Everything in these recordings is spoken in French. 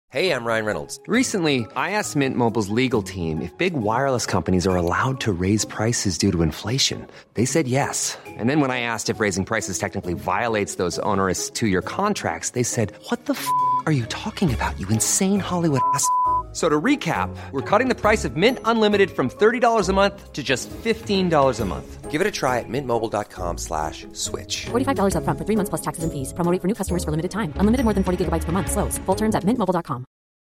Hey, I'm Ryan Reynolds. Recently, I asked Mint Mobile's legal team if big wireless companies are allowed to raise prices due to inflation. They said yes. And then when I asked if raising prices technically violates those onerous two-year contracts, they said, "What the f*** are you talking about, you insane Hollywood ass?" So to recap, we're cutting the price of Mint Unlimited from $30 a month to just $15 a month. Give it a try at mintmobile.com/switch. $45 up front for 3 months plus taxes and fees. Promo rate for new customers for limited time. Unlimited more than 40 gigabytes per month. Slows full terms at mintmobile.com.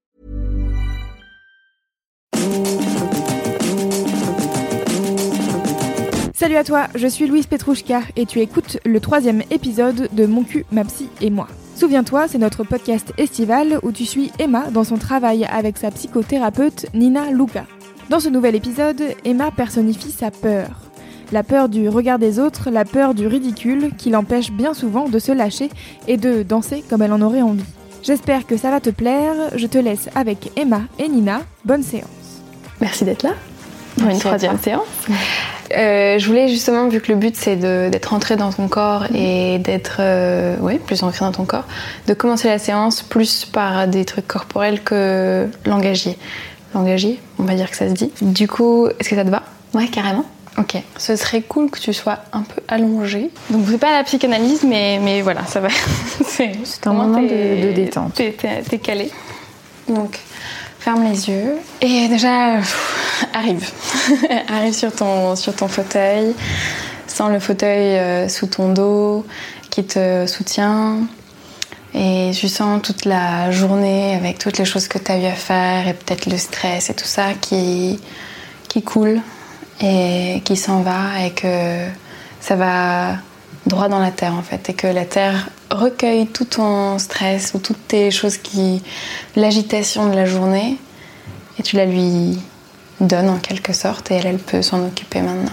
Salut à toi, je suis Louise Petrouchka et tu écoutes le 3e épisode de Mon cul, ma psy et moi. Souviens-toi, c'est notre podcast estival où tu suis Emma dans son travail avec sa psychothérapeute Nina Luca. Dans ce nouvel épisode, Emma personnifie sa peur. La peur du regard des autres, la peur du ridicule qui l'empêche bien souvent de se lâcher et de danser comme elle en aurait envie. J'espère que ça va te plaire, je te laisse avec Emma et Nina, bonne séance. Merci d'être là pour une 3e séance. Je voulais justement, vu que le but c'est d'être ancré dans ton corps et d'être plus ancré dans ton corps, de commencer la séance plus par des trucs corporels que langagiers. Langagier, on va dire que ça se dit. Du coup, est-ce que ça te va ? Ouais, carrément. Ok, ce serait cool que tu sois un peu allongée. Donc c'est pas la psychanalyse, mais voilà, ça va. C'est un moment de détente. T'es calée. Donc ferme les yeux et déjà arrive sur ton fauteuil, sens le fauteuil sous ton dos qui te soutient et tu sens toute la journée avec toutes les choses que tu as eu à faire et peut-être le stress et tout ça qui coule et qui s'en va et que ça va droit dans la terre en fait et que la terre recueille tout ton stress ou toutes tes choses l'agitation de la journée et tu la lui donnes en quelque sorte et elle peut s'en occuper maintenant.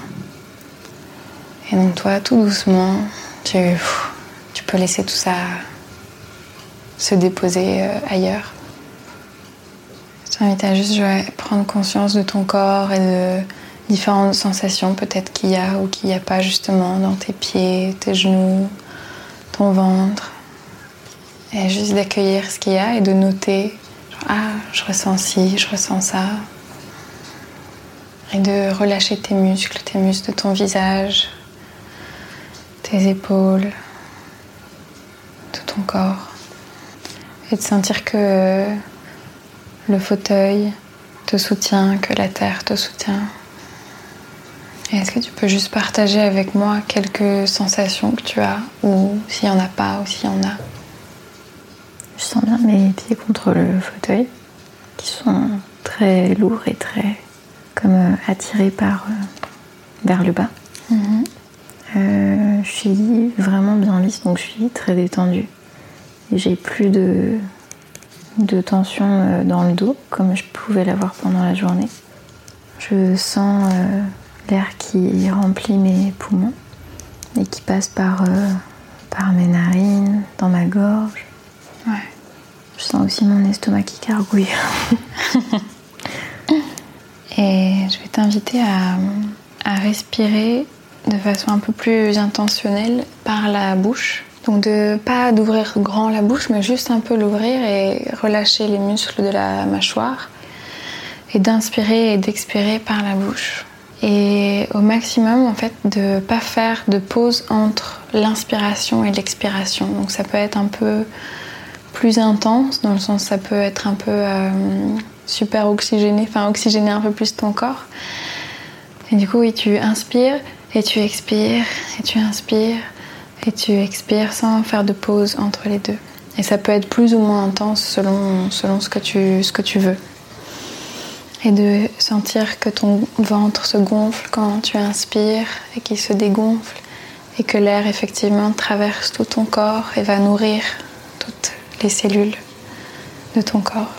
Et donc toi, tout doucement, tu peux laisser tout ça se déposer ailleurs. Je t'invite à juste prendre conscience de ton corps et de différentes sensations peut-être qu'il y a ou qu'il n'y a pas justement dans tes pieds, tes genoux, ton ventre. Et juste d'accueillir ce qu'il y a et de noter, je ressens ci, je ressens ça. Et de relâcher tes muscles de ton visage, tes épaules, tout ton corps. Et de sentir que le fauteuil te soutient, que la terre te soutient. Et est-ce que tu peux juste partager avec moi quelques sensations que tu as, ou s'il n'y en a pas, ou s'il y en a? Je sens bien mes pieds contre le fauteuil, qui sont très lourds et très comme attirés vers le bas. Je suis vraiment bien lisse, donc je suis très détendue. Et j'ai plus de tension dans le dos, comme je pouvais l'avoir pendant la journée. Je sens l'air qui remplit mes poumons et qui passe par mes narines, dans ma gorge. Ouais. Je sens aussi mon estomac qui gargouille. Et je vais t'inviter à respirer de façon un peu plus intentionnelle par la bouche. Donc pas d'ouvrir grand la bouche, mais juste un peu l'ouvrir et relâcher les muscles de la mâchoire. Et d'inspirer et d'expirer par la bouche. Et au maximum, en fait, de ne pas faire de pause entre l'inspiration et l'expiration. Donc ça peut être un peu plus intense, dans le sens ça peut être un peu super oxygéné, oxygéner un peu plus ton corps. Et du coup, oui, tu inspires et tu expires, et tu inspires et tu expires sans faire de pause entre les deux. Et ça peut être plus ou moins intense selon ce que tu veux. Et de sentir que ton ventre se gonfle quand tu inspires et qu'il se dégonfle et que l'air effectivement traverse tout ton corps et va nourrir toutes les cellules de ton corps.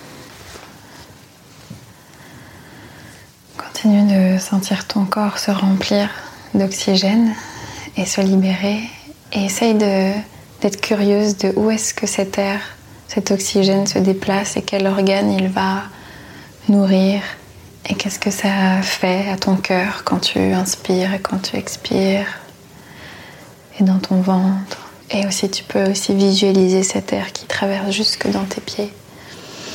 Continue de sentir ton corps se remplir d'oxygène et se libérer et essaye d'être curieuse de où est-ce que cet air, cet oxygène se déplace et quel organe il va nourrir et qu'est-ce que ça fait à ton cœur quand tu inspires et quand tu expires et dans ton ventre. Et aussi tu peux aussi visualiser cet air qui traverse jusque dans tes pieds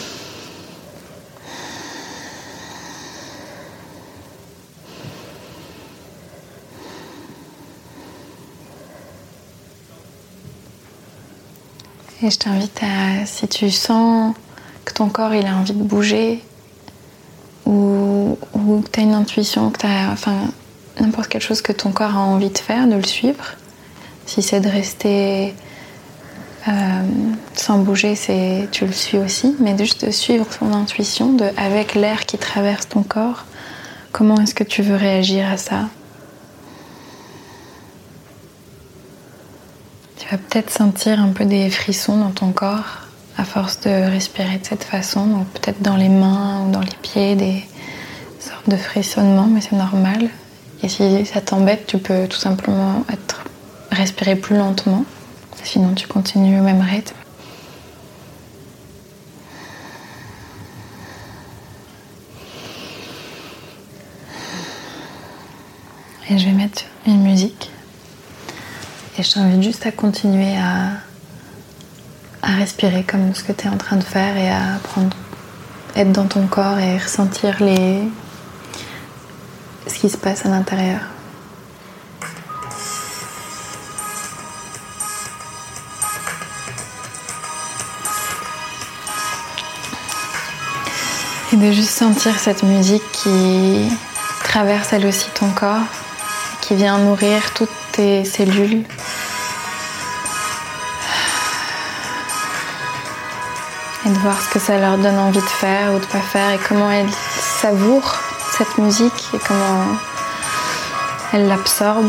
Et je t'invite à, si tu sens que ton corps il a envie de bouger, ou que tu as une intuition, que tu as n'importe quelque chose que ton corps a envie de faire, de le suivre. Si c'est de rester sans bouger, tu le suis aussi, mais juste de suivre ton intuition, avec l'air qui traverse ton corps, comment est-ce que tu veux réagir à ça? Tu vas peut-être sentir un peu des frissons dans ton corps à force de respirer de cette façon, donc peut-être dans les mains ou dans les pieds, des sortes de frissonnements, mais c'est normal. Et si ça t'embête, tu peux tout simplement respirer plus lentement, sinon tu continues au même rythme. Et je vais mettre une musique. Et je t'invite juste à continuer à respirer comme ce que tu es en train de faire et à être dans ton corps et ressentir ce qui se passe à l'intérieur. Et de juste sentir cette musique qui traverse elle aussi ton corps, qui vient nourrir toutes tes cellules. Et de voir ce que ça leur donne envie de faire ou de pas faire et comment elles savourent cette musique et comment elles l'absorbent.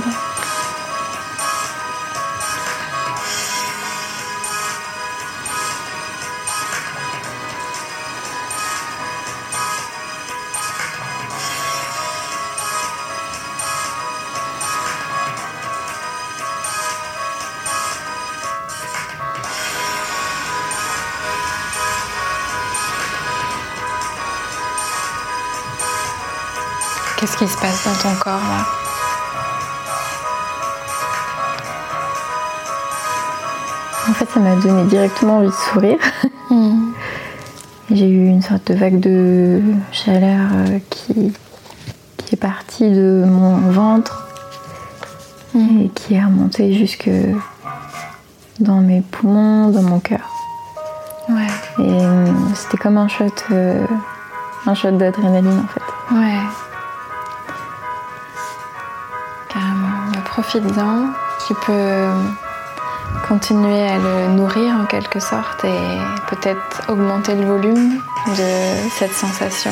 Qu'est-ce qui se passe dans ton corps là? En fait, ça m'a donné directement envie de sourire. J'ai eu une sorte de vague de chaleur qui est partie de mon ventre et qui est remontée jusque dans mes poumons, dans mon cœur. Ouais. Et c'était comme un shot d'adrénaline en fait. Ouais. Carrément. Profite-en. Tu peux continuer à le nourrir en quelque sorte et peut-être augmenter le volume de cette sensation.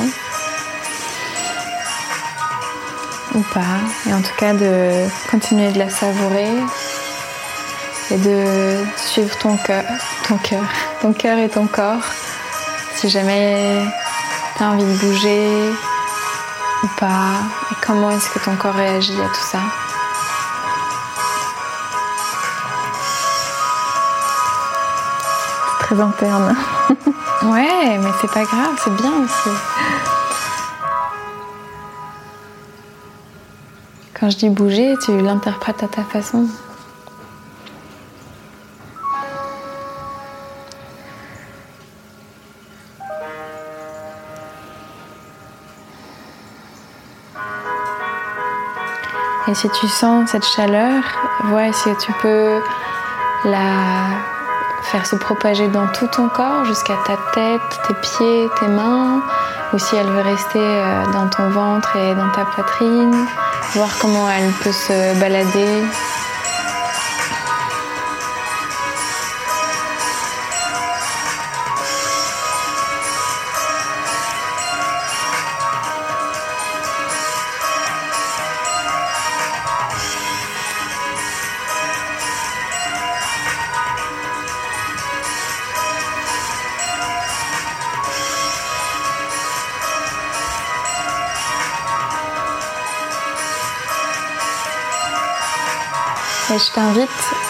Ou pas. Et en tout cas de continuer de la savourer et de suivre ton cœur et ton corps. Si jamais tu as envie de bouger ou pas, et comment est-ce que ton corps réagit à tout ça. C'est très interne. Ouais, mais c'est pas grave, c'est bien aussi. Quand je dis bouger, tu l'interprètes à ta façon. Et si tu sens cette chaleur, vois si tu peux la faire se propager dans tout ton corps, jusqu'à ta tête, tes pieds, tes mains, ou si elle veut rester dans ton ventre et dans ta poitrine, voir comment elle peut se balader. Et je t'invite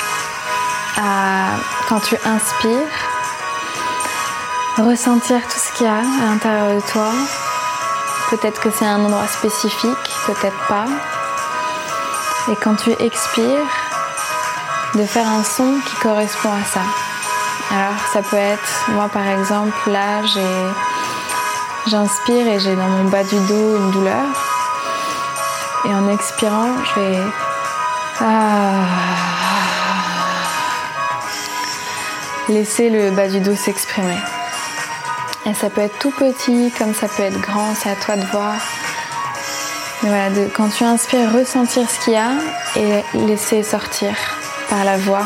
à, quand tu inspires, ressentir tout ce qu'il y a à l'intérieur de toi. Peut-être que c'est un endroit spécifique, peut-être pas. Et quand tu expires, de faire un son qui correspond à ça. Alors ça peut être, moi par exemple, là j'inspire et j'ai dans mon bas du dos une douleur. Et en expirant, je vais... laisser le bas du dos s'exprimer. Et ça peut être tout petit comme ça peut être grand, c'est à toi de voir. Mais voilà, quand tu inspires, ressentir ce qu'il y a et laisser sortir par la voix.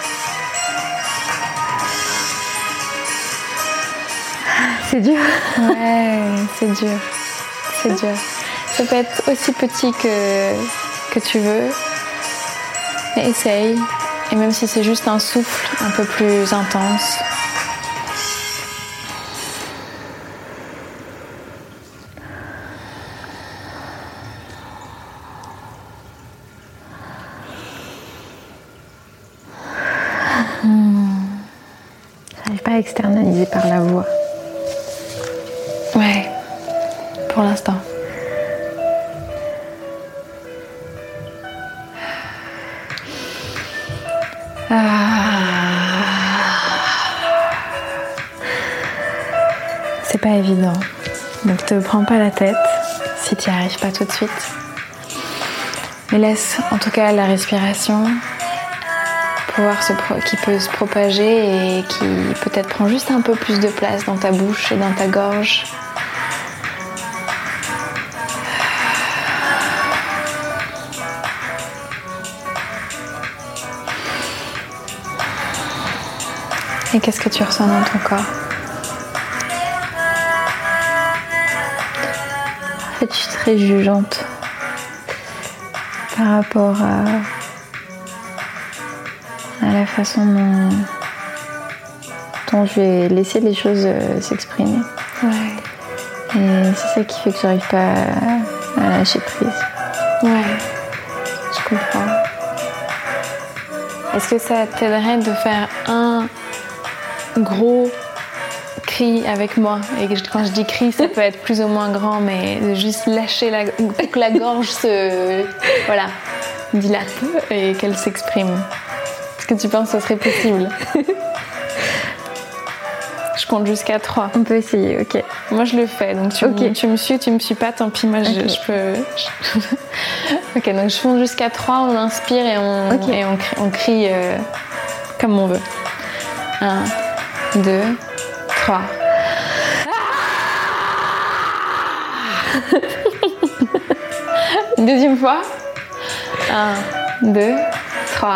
C'est dur. Ouais, c'est dur. C'est dur. Ça peut être aussi petit que tu veux. Mais essaye. Et même si c'est juste un souffle un peu plus intense. J'arrive pas à externaliser par la voix. Ouais, pour l'instant. C'est pas évident. Donc te prends pas la tête si tu n'y arrives pas tout de suite. Mais laisse en tout cas la respiration qui peut se propager et qui peut-être prend juste un peu plus de place dans ta bouche et dans ta gorge. Et qu'est-ce que tu ressens dans ton corps? En fait, je suis très jugeante par rapport à la façon dont je vais laisser les choses s'exprimer. Ouais. Et c'est ça qui fait que j'arrive pas à lâcher prise. Ouais, je comprends. Est-ce que ça t'aiderait de faire un gros cri avec moi? Et quand je dis cri, ça peut être plus ou moins grand, mais de juste lâcher pour que la gorge se dilate et qu'elle s'exprime. Est-ce que tu penses que ce serait possible? Je compte jusqu'à 3. On peut essayer, ok. Moi je le fais, donc tu me suis pas, tant pis, moi okay. je peux... Ok, donc je compte jusqu'à 3, on inspire et on crie comme on veut. 1, 2, 3. Une deuxième fois. 1, 2, 3.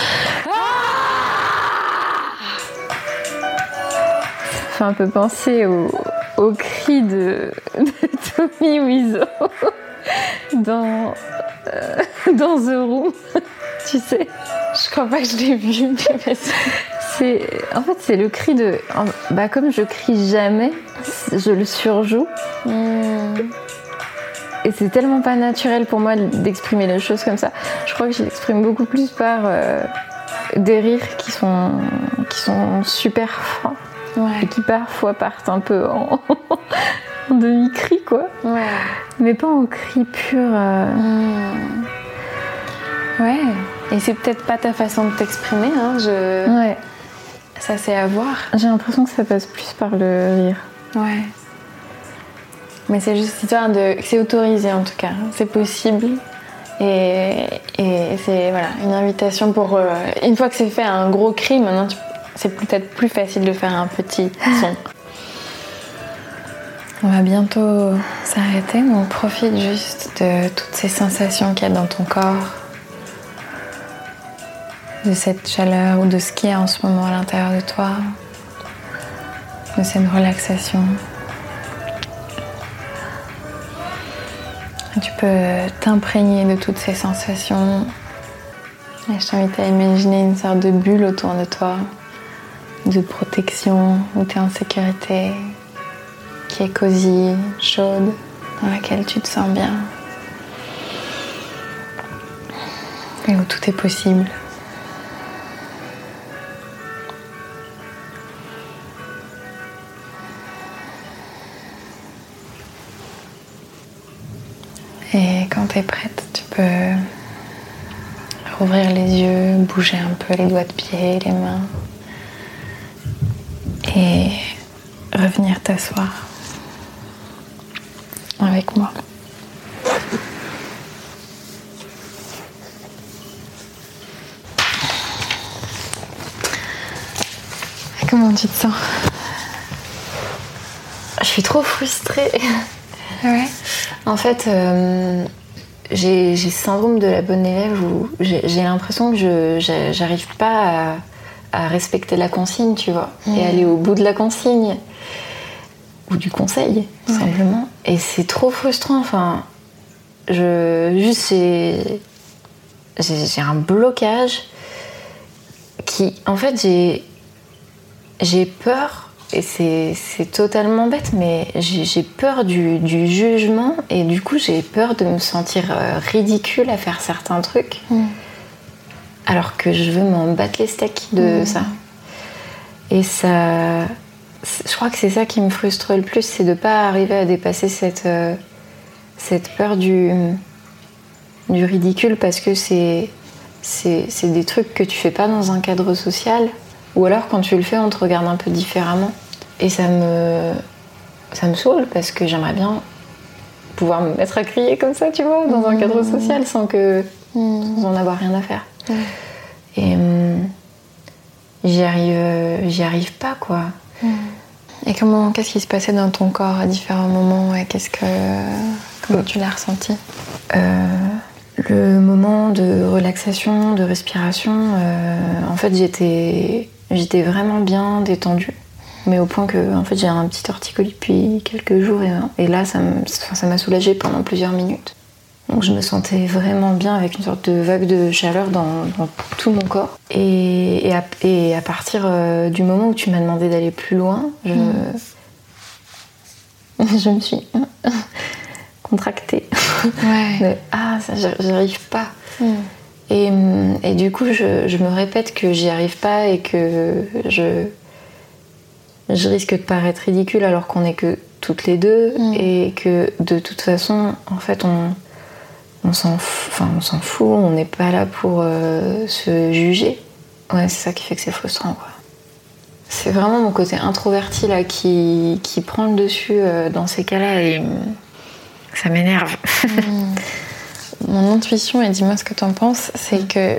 Ça fait un peu penser au cri de Tommy Wiseau dans The Room, tu sais. Je crois pas que je l'ai vu, mais en fait, c'est le cri de... comme je crie jamais, je le surjoue. Et c'est tellement pas naturel pour moi d'exprimer les choses comme ça. Je crois que je l'exprime beaucoup plus par des rires qui sont super froids. Ouais. Et qui parfois partent un peu en demi-cri, quoi. Ouais. Mais pas en cri pur. Ouais. Et c'est peut-être pas ta façon de t'exprimer, hein. Ouais. Ça, c'est à voir. J'ai l'impression que ça passe plus par le rire. Ouais. Mais c'est juste histoire de... C'est autorisé, en tout cas. C'est possible. Et c'est une invitation pour... une fois que c'est fait un gros cri, maintenant, c'est peut-être plus facile de faire un petit son. On va bientôt s'arrêter, donc profite juste de toutes ces sensations qu'il y a dans ton corps, de cette chaleur ou de ce qu'il y a en ce moment à l'intérieur de toi, de cette relaxation. Et tu peux t'imprégner de toutes ces sensations. Et je t'invite à imaginer une sorte de bulle autour de toi, de protection, où tu es en sécurité, qui est cosy, chaude, dans laquelle tu te sens bien. Et où tout est possible. Et quand tu es prête, tu peux rouvrir les yeux, bouger un peu les doigts de pied, les mains. Et revenir t'asseoir avec moi. Comment tu te sens? Je suis trop frustrée. Ouais. En fait, j'ai ce syndrome de la bonne élève où j'ai l'impression que j'arrive pas à respecter la consigne, tu vois, et aller au bout de la consigne ou du conseil, tout simplement. Et c'est trop frustrant. Enfin, j'ai un blocage qui, en fait, j'ai peur. Et c'est totalement bête, mais j'ai peur du jugement et du coup j'ai peur de me sentir ridicule à faire certains trucs alors que je veux m'en battre les steaks de ça. Et ça, je crois que c'est ça qui me frustre le plus, c'est de pas arriver à dépasser cette peur du ridicule, parce que c'est des trucs que tu fais pas dans un cadre social. Ou alors quand tu le fais, on te regarde un peu différemment. Et ça me saoule parce que j'aimerais bien pouvoir me mettre à crier comme ça, tu vois, dans un cadre social sans en avoir rien à faire. Et j'y arrive pas, quoi. Et qu'est-ce qui se passait dans ton corps à différents moments et comment tu l'as ressenti? Le moment de relaxation, de respiration, en fait j'étais vraiment bien détendue, mais au point que en fait j'ai un petit torticolis depuis quelques jours et là ça m'a soulagée pendant plusieurs minutes. Donc je me sentais vraiment bien avec une sorte de vague de chaleur dans tout mon corps. Et à partir du moment où tu m'as demandé d'aller plus loin, je me suis contractée. Ouais. J'arrive pas. Et du coup, je me répète que j'y arrive pas et que je risque de paraître ridicule alors qu'on n'est que toutes les deux et que de toute façon, en fait, on s'en fout, on n'est pas là pour se juger. Ouais, c'est ça qui fait que c'est frustrant, quoi. C'est vraiment mon côté introverti là qui prend le dessus dans ces cas-là et ça m'énerve. Mon intuition, et dis-moi ce que t'en penses, c'est que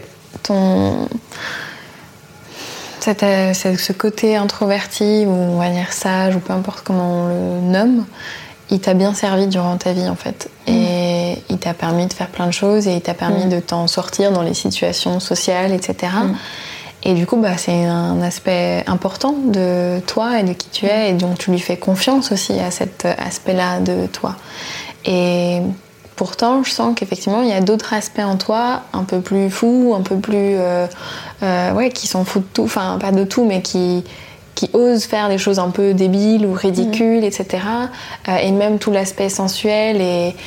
ce côté introverti, ou on va dire sage, ou peu importe comment on le nomme, il t'a bien servi durant ta vie en fait. Et il t'a permis de faire plein de choses et il t'a permis de t'en sortir dans les situations sociales, etc. Et du coup, c'est un aspect important de toi et de qui tu es, et donc tu lui fais confiance aussi à cet aspect-là de toi. Et pourtant, je sens qu'effectivement, il y a d'autres aspects en toi, un peu plus fous, un peu plus... qui s'en foutent de tout, enfin pas de tout, mais qui osent faire des choses un peu débiles ou ridicules, etc. Et même tout l'aspect sensuel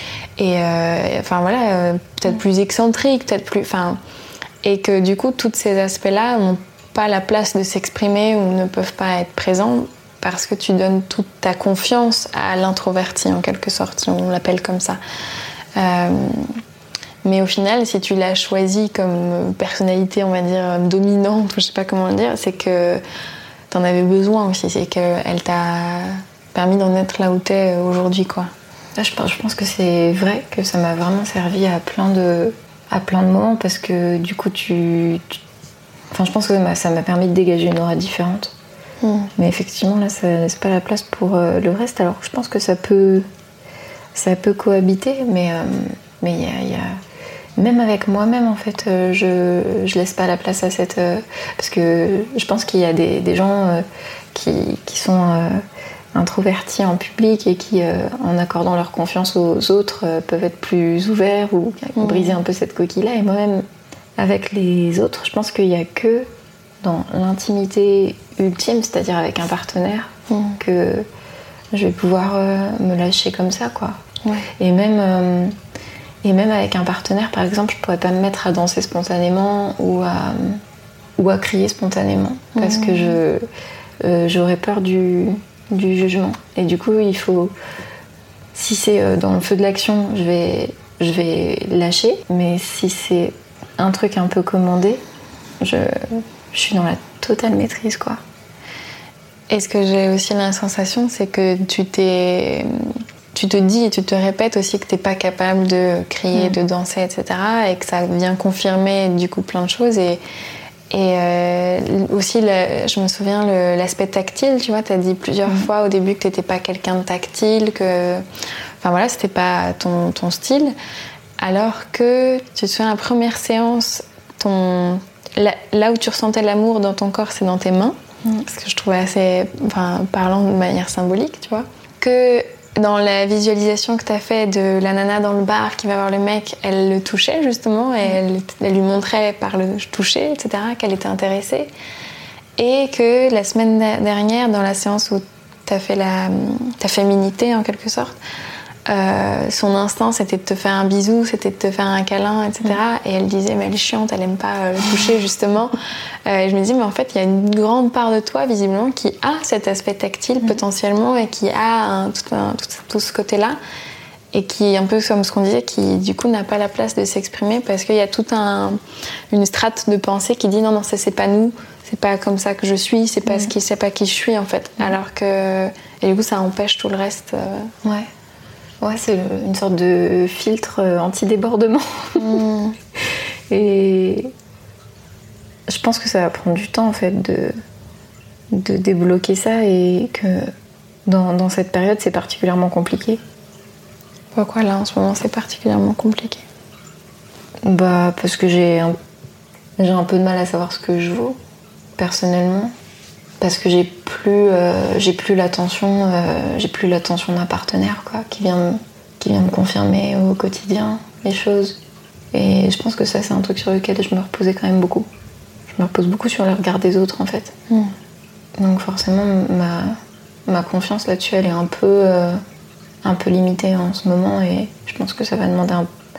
peut-être plus excentrique, peut-être plus... Et que du coup, tous ces aspects-là n'ont pas la place de s'exprimer ou ne peuvent pas être présents parce que tu donnes toute ta confiance à l'introverti, en quelque sorte, si on l'appelle comme ça. Mais au final, si tu l'as choisi comme personnalité, on va dire, dominante, ou je sais pas comment le dire, c'est que t'en avais besoin aussi, c'est qu'elle t'a permis d'en être là où t'es aujourd'hui, quoi. Là, je pense que c'est vrai que ça m'a vraiment servi à plein de moments, parce que du coup, je pense que ça m'a permis de dégager une aura différente. Mais effectivement, là, ça laisse pas la place pour le reste. Alors, je pense que ça peut cohabiter, mais il y a... Même avec moi-même, en fait, je laisse pas la place à cette... parce que je pense qu'il y a des gens qui sont introvertis en public et qui, en accordant leur confiance aux autres, peuvent être plus ouverts ou briser un peu cette coquille-là. Et moi-même, avec les autres, je pense qu'il y a que dans l'intimité ultime, c'est-à-dire avec un partenaire, que je vais pouvoir me lâcher comme ça, quoi. Ouais. Et même avec un partenaire, par exemple, je pourrais pas me mettre à danser spontanément ou à crier spontanément, parce que j'aurais peur du jugement. Et du coup, il faut... Si c'est dans le feu de l'action, je vais lâcher, mais si c'est un truc un peu commandé, je suis dans la totale maîtrise, quoi. Et ce que j'ai aussi la sensation, c'est que tu te dis et tu te répètes aussi que t'es pas capable de crier, de danser, etc. Et que ça vient confirmer du coup plein de choses. Et Et aussi, je me souviens, l'aspect tactile, tu vois, t'as dit plusieurs fois au début que t'étais pas quelqu'un de tactile, que... Enfin voilà, c'était pas ton style. Alors que, tu te souviens, la première séance, là où tu ressentais l'amour dans ton corps, c'est dans tes mains. Parce que je trouvais assez parlant de manière symbolique, tu vois. Que dans la visualisation que tu as fait de la nana dans le bar qui va voir le mec, elle le touchait justement, et elle lui montrait par le toucher, etc., qu'elle était intéressée. Et que la semaine dernière, dans la séance où tu as fait ta féminité en quelque sorte, son instinct c'était de te faire un bisou, c'était de te faire un câlin, etc. Et elle disait mais elle est chiante, elle aime pas le toucher justement. Et je me dis mais en fait il y a une grande part de toi visiblement qui a cet aspect tactile potentiellement et qui a tout ce côté-là et qui un peu comme ce qu'on disait, qui du coup n'a pas la place de s'exprimer parce qu'il y a toute une strate de pensée qui dit non ça c'est pas nous, c'est pas comme ça que je suis, c'est pas c'est pas qui je suis en fait. Alors que et du coup ça empêche tout le reste. Ouais, c'est une sorte de filtre anti-débordement. Et je pense que ça va prendre du temps en fait de débloquer ça et que dans cette période c'est particulièrement compliqué. Pourquoi là en ce moment c'est particulièrement compliqué? Parce que j'ai un peu de mal à savoir ce que je vaux personnellement. Parce que j'ai plus l'attention d'un partenaire quoi, qui vient me confirmer au quotidien les choses. Et je pense que ça c'est un truc sur lequel je me reposais quand même beaucoup. Je me repose beaucoup sur le regard des autres en fait. Donc forcément ma confiance là-dessus elle est un peu limitée en ce moment et je pense que ça va demander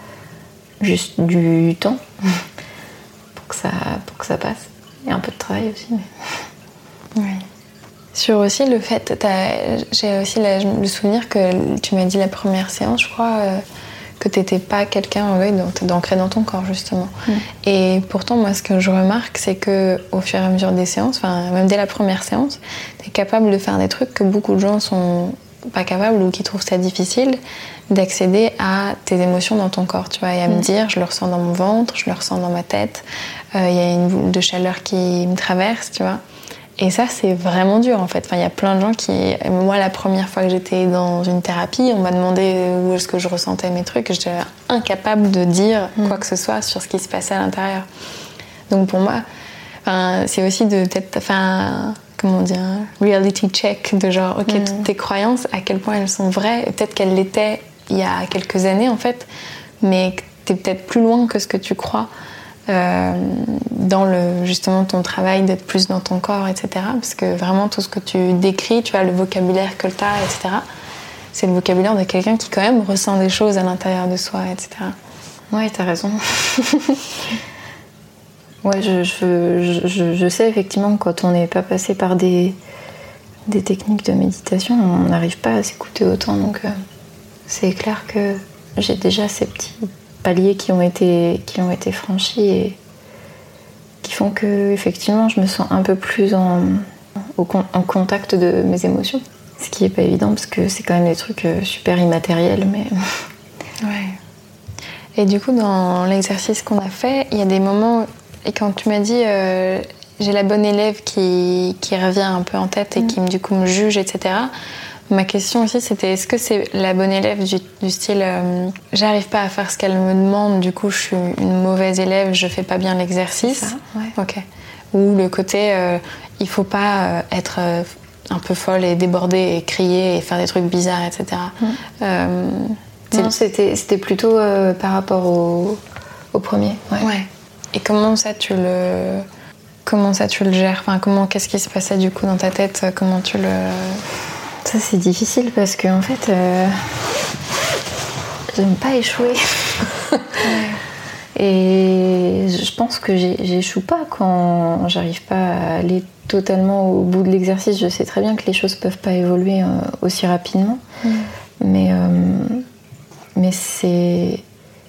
juste du temps pour que ça passe. Et un peu de travail aussi mais... Oui. Sur aussi le fait, j'ai aussi le souvenir que tu m'as dit la première séance, je crois, que t'étais pas quelqu'un d'ancré dans ton corps justement. Et pourtant moi ce que je remarque c'est que au fur et à mesure des séances, même dès la première séance, t'es capable de faire des trucs que beaucoup de gens sont pas capables ou qui trouvent ça difficile, d'accéder à tes émotions dans ton corps, tu vois, et à me dire je le ressens dans mon ventre, je le ressens dans ma tête, il y a une boule de chaleur qui me traverse, tu vois. Et ça, c'est vraiment dur, en fait. Il y a plein de gens qui... Moi, la première fois que j'étais dans une thérapie, on m'a demandé où est-ce que je ressentais mes trucs, et j'étais incapable de dire quoi que ce soit sur ce qui se passait à l'intérieur. Donc pour moi, c'est aussi de peut-être faire un reality check de genre, ok, toutes tes croyances, à quel point elles sont vraies, et peut-être qu'elles l'étaient il y a quelques années, en fait, mais que t'es peut-être plus loin que ce que tu crois. Dans justement ton travail d'être plus dans ton corps, etc. Parce que vraiment tout ce que tu décris, tu vois, le vocabulaire que tu as, etc. C'est le vocabulaire de quelqu'un qui quand même ressent des choses à l'intérieur de soi, etc. Ouais, t'as raison. Ouais, je sais effectivement que quand on n'est pas passé par des techniques de méditation, on n'arrive pas à s'écouter autant. Donc c'est clair que j'ai déjà ces petits paliers qui ont été franchis et qui font que effectivement je me sens un peu plus en contact de mes émotions, ce qui est pas évident parce que c'est quand même des trucs super immatériels mais ouais. Et du coup dans l'exercice qu'on a fait, il y a des moments et quand tu m'as dit j'ai la bonne élève qui revient un peu en tête et qui du coup me juge, etc. Ma question aussi, c'était est-ce que c'est la bonne élève du style j'arrive pas à faire ce qu'elle me demande, du coup je suis une mauvaise élève, je fais pas bien l'exercice. C'est ça, ouais. Ok. Ou le côté il faut pas être un peu folle et déborder et crier et faire des trucs bizarres, etc. Non, c'était plutôt par rapport au premier. Ouais. Et comment ça tu le gères, qu'est-ce qui se passait du coup dans ta tête, comment tu le... Ça c'est difficile parce que en fait j'aime pas échouer. Et je pense que j'échoue pas quand j'arrive pas à aller totalement au bout de l'exercice. Je sais très bien que les choses peuvent pas évoluer aussi rapidement. Mais c'est...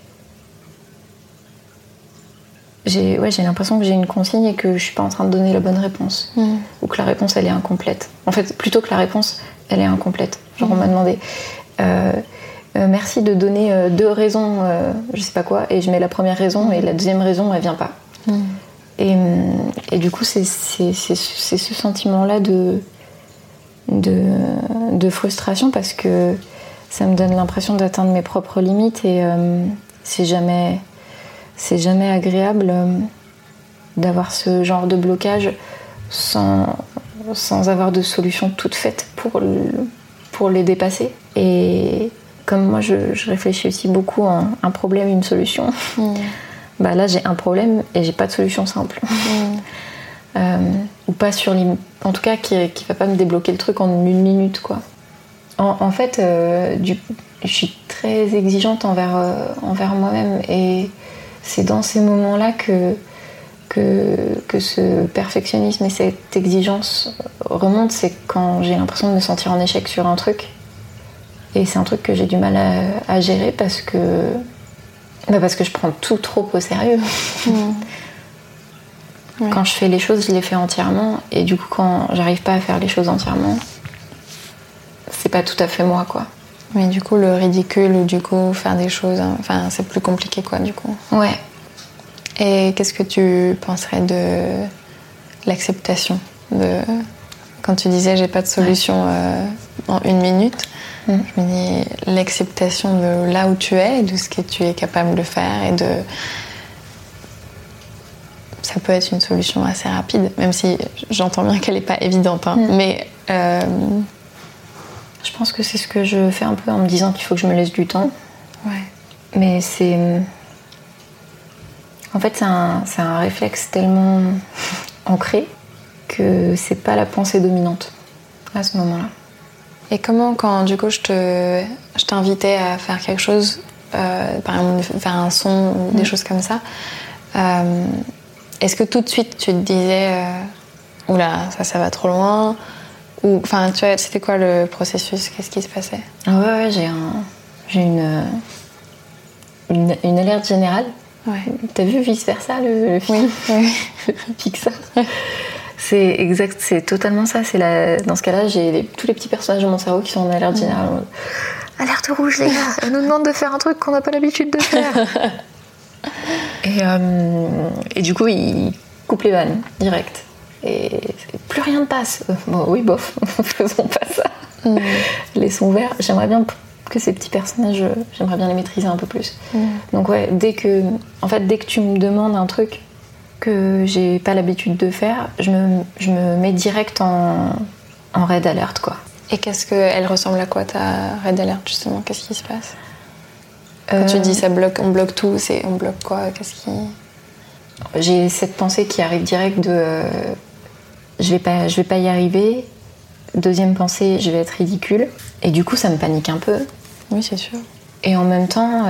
J'ai l'impression que j'ai une consigne et que je suis pas en train de donner la bonne réponse. Ou que la réponse elle est incomplète. En fait, plutôt que la réponse elle est incomplète. Genre on m'a demandé merci de donner 2 raisons, je sais pas quoi, et je mets la première raison et la deuxième raison elle vient pas. Et du coup, c'est ce sentiment-là de frustration parce que ça me donne l'impression d'atteindre mes propres limites et c'est jamais agréable d'avoir ce genre de blocage sans avoir de solution toute faite pour les dépasser. Et comme moi je réfléchis aussi beaucoup à un problème, une solution, bah là j'ai un problème et j'ai pas de solution simple. Ou pas en tout cas qui va pas me débloquer le truc en 1 minute quoi. En fait je suis très exigeante envers moi-même et c'est dans ces moments-là que ce perfectionnisme et cette exigence remontent, c'est quand j'ai l'impression de me sentir en échec sur un truc. Et c'est un truc que j'ai du mal à gérer parce que je prends tout trop au sérieux. Ouais. Quand je fais les choses, je les fais entièrement. Et du coup, quand j'arrive pas à faire les choses entièrement, c'est pas tout à fait moi, quoi. Mais du coup, le ridicule ou du coup, faire des choses... Enfin, c'est plus compliqué, quoi, du coup. Ouais. Et qu'est-ce que tu penserais de l'acceptation quand tu disais j'ai pas de solution en 1 minute, je me dis l'acceptation de là où tu es, de ce que tu es capable de faire et ça peut être une solution assez rapide, même si j'entends bien qu'elle est pas évidente, hein, mais je pense que c'est ce que je fais un peu en me disant qu'il faut que je me laisse du temps. Ouais. Mais c'est... En fait, c'est un réflexe tellement ancré que c'est pas la pensée dominante à ce moment-là. Et comment, quand du coup je t'invitais à faire quelque chose, par exemple faire un son ou des choses comme ça, est-ce que tout de suite tu te disais oula, ça va trop loin, ou enfin tu vois, c'était quoi le processus, qu'est-ce qui se passait? Ouais, j'ai une alerte générale. Ouais. T'as vu Vice Versa, le film? Oui. Pixar. C'est exact, c'est totalement ça. Dans ce cas-là, j'ai tous les petits personnages de mon cerveau qui sont en alerte générale. Alerte rouge, les gars, elle nous demande de faire un truc qu'on n'a pas l'habitude de faire. Et du coup, il coupe les vannes direct. Et plus rien ne passe. Bon, oui, bof, faisons pas ça. Laissons faire. J'aimerais bien que ces petits personnages, j'aimerais bien les maîtriser un peu plus. Donc ouais, dès que tu me demandes un truc que j'ai pas l'habitude de faire, je me mets direct en red alert, quoi. Et elle ressemble à quoi ta red alert, justement? Qu'est-ce qui se passe quand tu dis on bloque tout, on bloque quoi? J'ai cette pensée qui arrive direct de je vais pas y arriver. Deuxième pensée, je vais être ridicule. Et du coup, ça me panique un peu. Oui, c'est sûr. Et en même temps,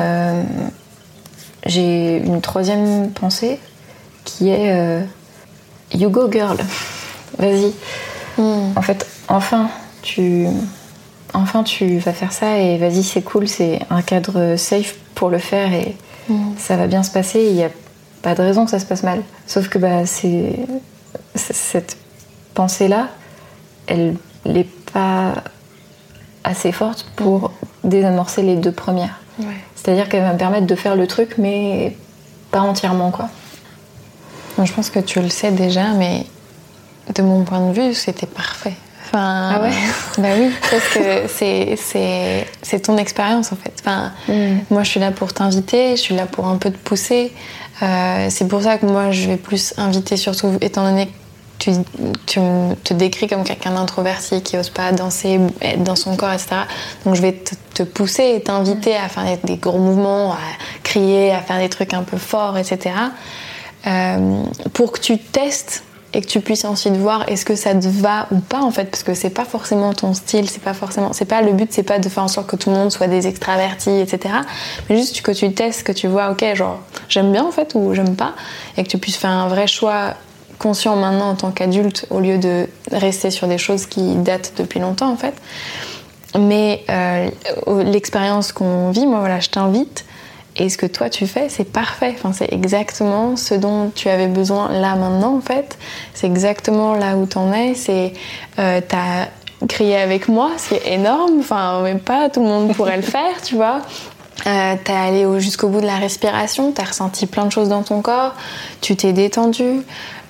j'ai une troisième pensée qui est you go girl, vas-y. En fait, enfin tu vas faire ça et vas-y, c'est cool, c'est un cadre safe pour le faire et ça va bien se passer. Il n'y a pas de raison que ça se passe mal. Sauf que cette pensée-là, elle n'est pas assez forte pour désamorcer les 2 premières. Ouais. C'est-à-dire qu'elle va me permettre de faire le truc, mais pas entièrement, quoi. Je pense que tu le sais déjà, mais de mon point de vue, c'était parfait. Enfin, ah ouais? Bah oui, parce que c'est ton expérience en fait. Enfin, moi je suis là pour t'inviter, je suis là pour un peu te pousser. C'est pour ça que moi je vais plus inviter, surtout étant donné que tu te décris comme quelqu'un d'introverti qui n'ose pas danser, être dans son corps, etc. Donc je vais te pousser et t'inviter à faire des gros mouvements, à crier, à faire des trucs un peu forts, etc. Pour que tu testes et que tu puisses ensuite voir est-ce que ça te va ou pas, en fait, parce que c'est pas forcément ton style, le but c'est pas de faire en sorte que tout le monde soit des extravertis, etc. Mais juste que tu testes, que tu vois ok, genre j'aime bien en fait ou j'aime pas, et que tu puisses faire un vrai choix conscient maintenant en tant qu'adulte au lieu de rester sur des choses qui datent depuis longtemps en fait. Mais l'expérience qu'on vit, moi voilà, je t'invite. Et ce que toi tu fais, c'est parfait. Enfin, c'est exactement ce dont tu avais besoin là maintenant en fait. C'est exactement là où t'en es. T'as crié avec moi, c'est énorme. Enfin, même pas tout le monde pourrait le faire, tu vois. T'es allé jusqu'au bout de la respiration, t'as ressenti plein de choses dans ton corps, tu t'es détendu.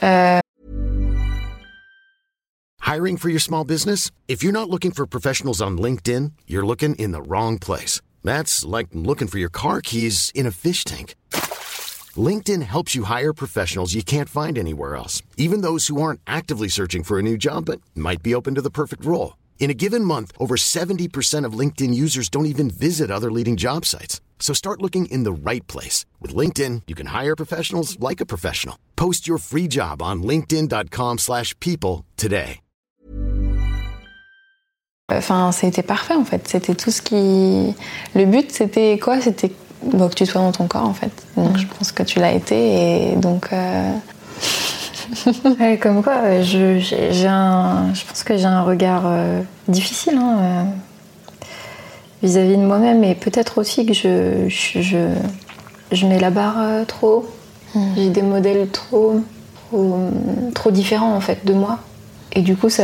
Hiring for your small business? If you're not looking for professionals on LinkedIn, you're looking in the wrong place. That's like looking for your car keys in a fish tank. LinkedIn helps you hire professionals you can't find anywhere else, even those who aren't actively searching for a new job but might be open to the perfect role. In a given month, over 70% of LinkedIn users don't even visit other leading job sites. So start looking in the right place. With LinkedIn, you can hire professionals like a professional. Post your free job on linkedin.com/people today. Enfin, c'était parfait en fait. C'était tout ce qui... Le but, c'était quoi? C'était que tu sois dans ton corps en fait. Donc je pense que tu l'as été et donc... Ouais, comme quoi, je pense que j'ai un regard difficile vis-à-vis de moi-même, et peut-être aussi que je mets la barre trop haut. J'ai des modèles trop différents en fait de moi, et du coup ça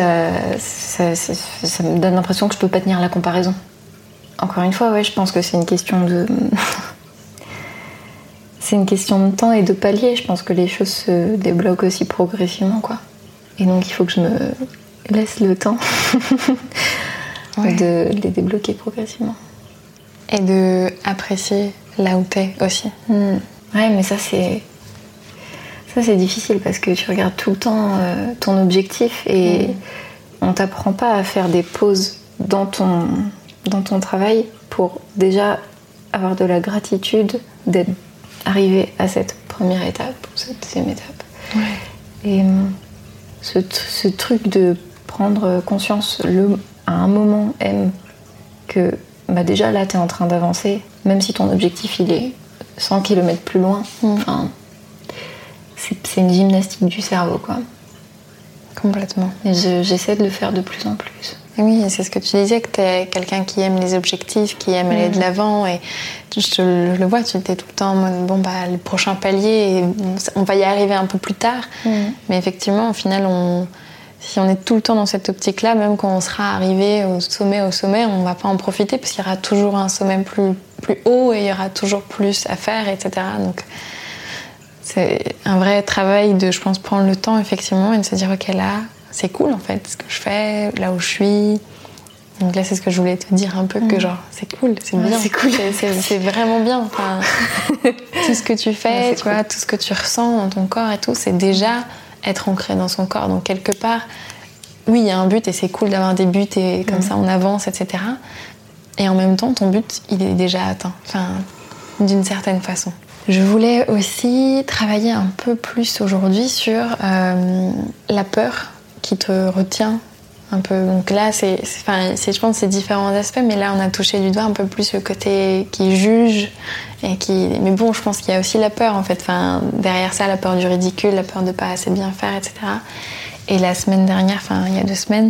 me donne l'impression que je peux pas tenir la comparaison. Encore une fois, ouais, je pense que c'est une question de c'est une question de temps et de palier. Je pense que les choses se débloquent aussi progressivement, quoi. Et donc il faut que je me laisse le temps de les débloquer progressivement. Et de apprécier là où t'es aussi. Ouais, mais ça c'est difficile parce que tu regardes tout le temps ton objectif et on t'apprend pas à faire des pauses dans ton travail pour déjà avoir de la gratitude d'être arrivé à cette première étape ou cette deuxième étape. Ouais. Et ce truc de prendre conscience à un moment que déjà là t'es en train d'avancer, même si ton objectif il est 100 km plus loin. Enfin, c'est une gymnastique du cerveau, quoi. Complètement. Et j'essaie de le faire de plus en plus. Et oui, c'est ce que tu disais, que t'es quelqu'un qui aime les objectifs, qui aime aller de l'avant, et je le vois, tu étais tout le temps en mode le prochain palier, on va y arriver un peu plus tard. Mais effectivement, au final, si on est tout le temps dans cette optique-là, même quand on sera arrivé au sommet, on va pas en profiter parce qu'il y aura toujours un sommet plus haut et il y aura toujours plus à faire, etc. Donc c'est un vrai travail de, je pense, prendre le temps effectivement et de se dire ok, là c'est cool en fait ce que je fais, là où je suis. Donc là c'est ce que je voulais te dire un peu, que genre c'est cool, c'est bien, c'est cool, c'est vraiment bien. Enfin, tout ce que tu fais, tu vois, tout ce que tu ressens dans ton corps et tout, c'est déjà être ancré dans son corps. Donc quelque part, oui, il y a un but et c'est cool d'avoir des buts et comme ça on avance, etc. Et en même temps, ton but, il est déjà atteint, enfin, d'une certaine façon. Je voulais aussi travailler un peu plus aujourd'hui sur la peur qui te retient un peu. Donc là, je pense que c'est différents aspects, mais là, on a touché du doigt un peu plus le côté qui juge et qui... Mais bon, je pense qu'il y a aussi la peur, en fait. Enfin, derrière ça, la peur du ridicule, la peur de pas assez bien faire, etc. Et la semaine dernière, enfin, il y a 2 semaines,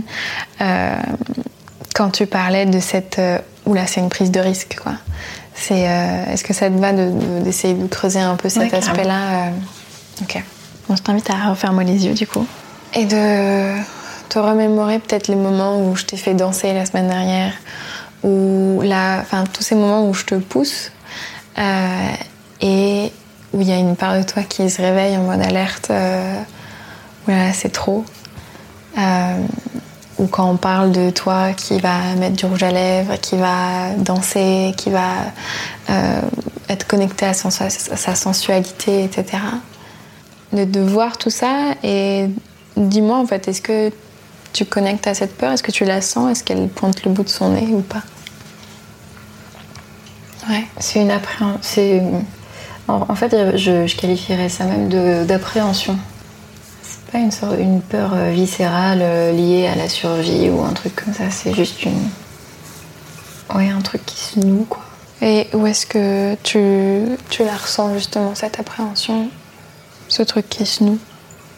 quand tu parlais de cette... Oula, c'est une prise de risque, quoi. Est-ce que ça te va d'essayer de creuser un peu cet aspect-là Ok. Bon, je t'invite à refermer les yeux, du coup. Et de te remémorer peut-être les moments où je t'ai fait danser la semaine dernière, ou tous ces moments où je te pousse, et où il y a une part de toi qui se réveille en mode alerte, voilà, c'est trop. Ou quand on parle de toi qui va mettre du rouge à lèvres, qui va danser, qui va être connecté à sa sensualité, etc. De voir tout ça, et dis-moi en fait, est-ce que tu connectes à cette peur? Est-ce que tu la sens? Est-ce qu'elle pointe le bout de son nez ou pas? Ouais. C'est une appréhension. En fait, je qualifierais ça même d'appréhension. C'est pas une peur viscérale liée à la survie ou un truc comme ça. C'est juste un truc qui se noue, quoi. Et où est-ce que tu la ressens justement, cette appréhension, ce truc qui se noue?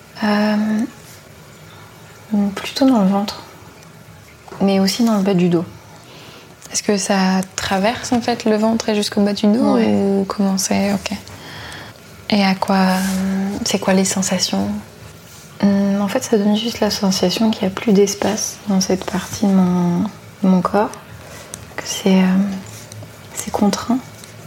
Plutôt dans le ventre, mais aussi dans le bas du dos. Est-ce que ça traverse en fait le ventre et jusqu'au bas du dos, ou comment c'est? Ok. Et c'est quoi les sensations? En fait, ça donne juste la sensation qu'il n'y a plus d'espace dans cette partie de mon corps, que c'est contraint.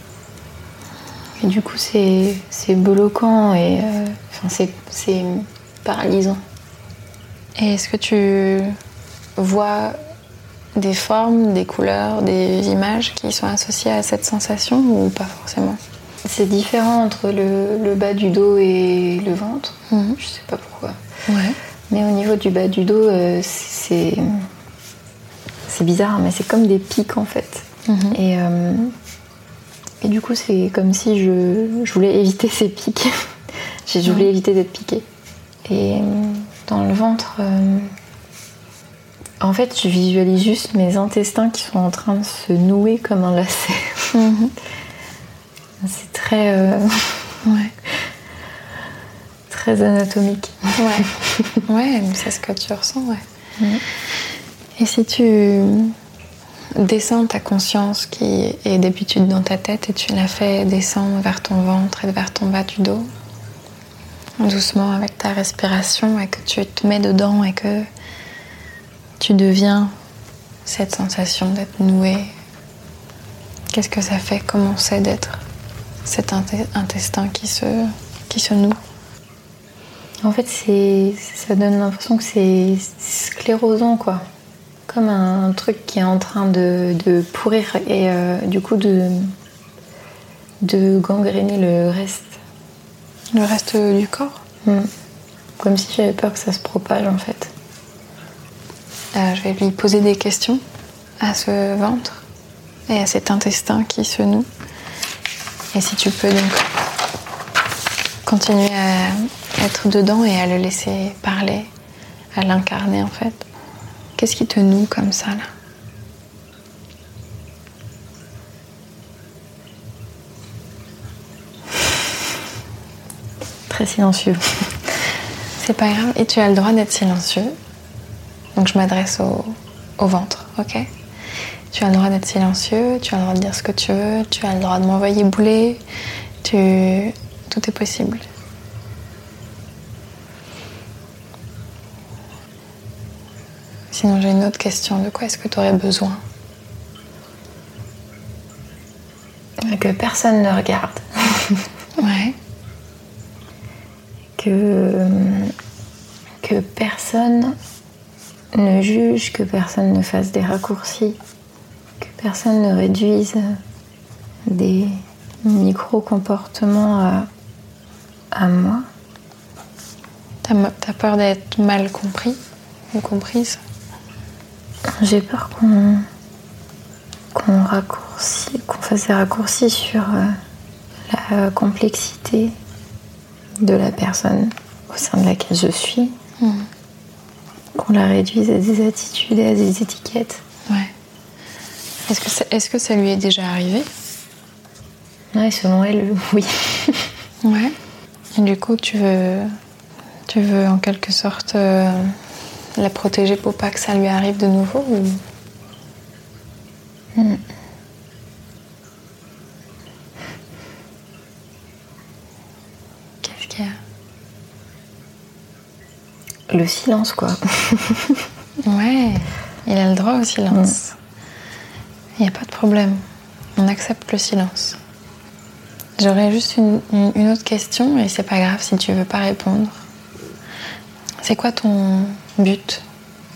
Et du coup, c'est bloquant et c'est paralysant. Et est-ce que tu vois des formes, des couleurs, des images qui sont associées à cette sensation ou pas forcément? C'est différent entre le bas du dos et le ventre. Je sais pas pourquoi. Ouais. Mais au niveau du bas du dos, c'est bizarre, mais c'est comme des pics en fait. Et du coup, c'est comme si je voulais éviter ces pics. Je voulais éviter d'être piquée. Et dans le ventre, en fait, je visualise juste mes intestins qui sont en train de se nouer comme un lacet. C'est très... très anatomique. Ouais, mais c'est ce que tu ressens, ouais. Et si tu descends ta conscience qui est d'habitude dans ta tête et tu la fais descendre vers ton ventre et vers ton bas du dos, doucement avec ta respiration, et que tu te mets dedans et que tu deviens cette sensation d'être noué, qu'est-ce que ça fait? Comment c'est d'être cet intestin qui se noue? En fait, ça donne l'impression que c'est sclérosant, quoi. Comme un truc qui est en train de pourrir et du coup de gangréner le reste. Le reste du corps? Comme si j'avais peur que ça se propage, en fait. Je vais lui poser des questions à ce ventre et à cet intestin qui se noue. Et si tu peux donc continuer à être dedans et à le laisser parler, à l'incarner en fait. Qu'est-ce qui te noue comme ça là? Très silencieux. C'est pas grave, et tu as le droit d'être silencieux. Donc je m'adresse au ventre, ok? Tu as le droit d'être silencieux, tu as le droit de dire ce que tu veux, tu as le droit de m'envoyer bouler, tout est possible. Sinon j'ai une autre question, de quoi est-ce que tu aurais besoin? Que personne ne regarde. Ouais. Que personne ne juge, que personne ne fasse des raccourcis, que personne ne réduise des micro-comportements à moi. T'as peur d'être mal compris ou comprise? J'ai peur qu'on fasse des raccourcis sur la complexité de la personne au sein de laquelle je suis. Qu'on la réduise à des attitudes et à des étiquettes. Ouais. Est-ce que ça lui est déjà arrivé? Ouais, selon elle, oui. Ouais. Et du coup, tu veux en quelque sorte la protéger pour pas que ça lui arrive de nouveau ou... Qu'est-ce qu'il y a? Le silence, quoi. Ouais, il a le droit au silence. Il n'y a pas de problème. On accepte le silence. J'aurais juste une autre question, et c'est pas grave si tu veux pas répondre. C'est quoi ton but?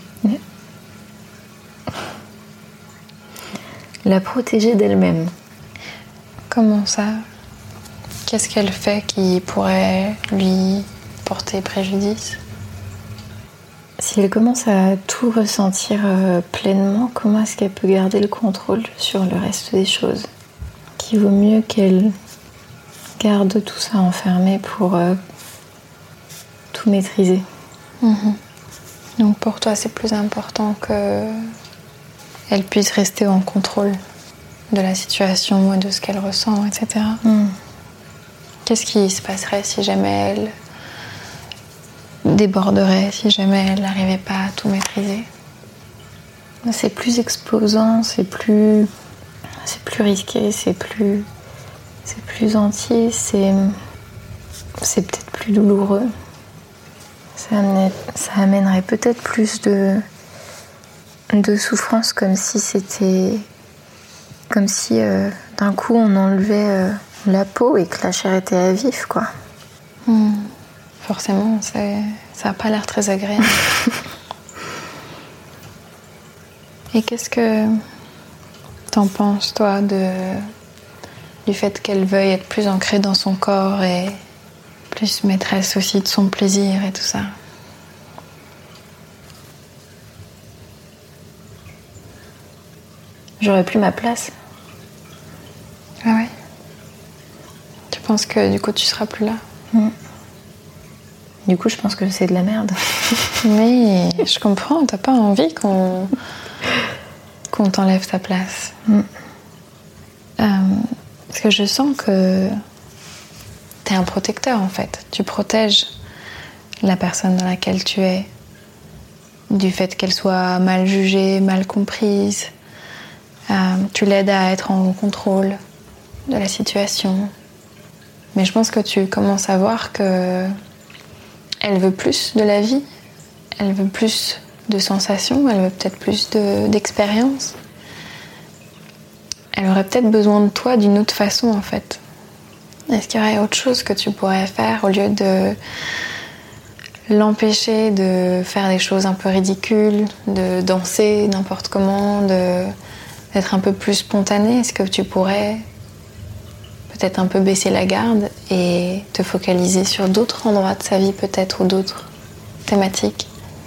La protéger d'elle-même. Comment ça? Qu'est-ce qu'elle fait qui pourrait lui porter préjudice? Si elle commence à tout ressentir pleinement, comment est-ce qu'elle peut garder le contrôle sur le reste des choses? Qu'il vaut mieux qu'elle garde tout ça enfermé pour tout maîtriser. Donc pour toi, c'est plus important qu'elle puisse rester en contrôle de la situation et de ce qu'elle ressent, etc. Qu'est-ce qui se passerait si jamais elle déborderait, si jamais elle n'arrivait pas à tout maîtriser? C'est plus exposant, c'est plus risqué, c'est plus entier, c'est peut-être plus douloureux. Ça amènerait peut-être plus de souffrance, comme si d'un coup on enlevait la peau et que la chair était à vif, quoi. Forcément, ça n'a pas l'air très agréable. Et qu'est-ce que t'en penses, toi, du fait qu'elle veuille être plus ancrée dans son corps et plus maîtresse aussi de son plaisir et tout ça? J'aurais plus ma place. Ah ouais? Tu penses que du coup tu seras plus là? Du coup, je pense que c'est de la merde. Mais je comprends, t'as pas envie qu'on t'enlève ta place. Parce que je sens que t'es un protecteur en fait. Tu protèges la personne dans laquelle tu es du fait qu'elle soit mal jugée, mal comprise. Tu l'aides à être en contrôle de la situation. Mais je pense que tu commences à voir que elle veut plus de la vie, elle veut plus de sensations, elle veut peut-être plus d'expérience. Elle aurait peut-être besoin de toi d'une autre façon en fait. Est-ce qu'il y aurait autre chose que tu pourrais faire au lieu de l'empêcher de faire des choses un peu ridicules, de danser n'importe comment, d'être un peu plus spontanée? Est-ce que tu pourrais peut-être un peu baisser la garde et te focaliser sur d'autres endroits de sa vie peut-être ou d'autres thématiques?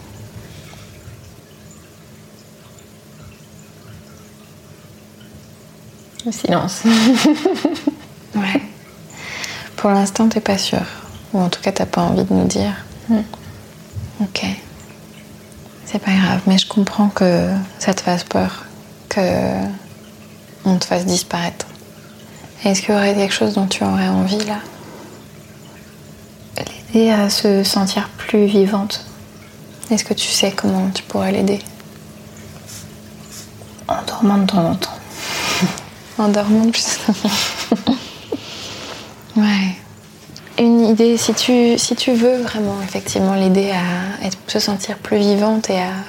Le silence. Ouais. Pour l'instant, t'es pas sûre. Ou en tout cas, t'as pas envie de nous dire. Ok. C'est pas grave, mais je comprends que ça te fasse peur, que on te fasse disparaître. Est-ce qu'il y aurait quelque chose dont tu aurais envie là? L'aider à se sentir plus vivante. Est-ce que tu sais comment tu pourrais l'aider? En dormant de temps en temps. En dormant plus. Ouais. Une idée, si tu veux vraiment effectivement l'aider à se sentir plus vivante et à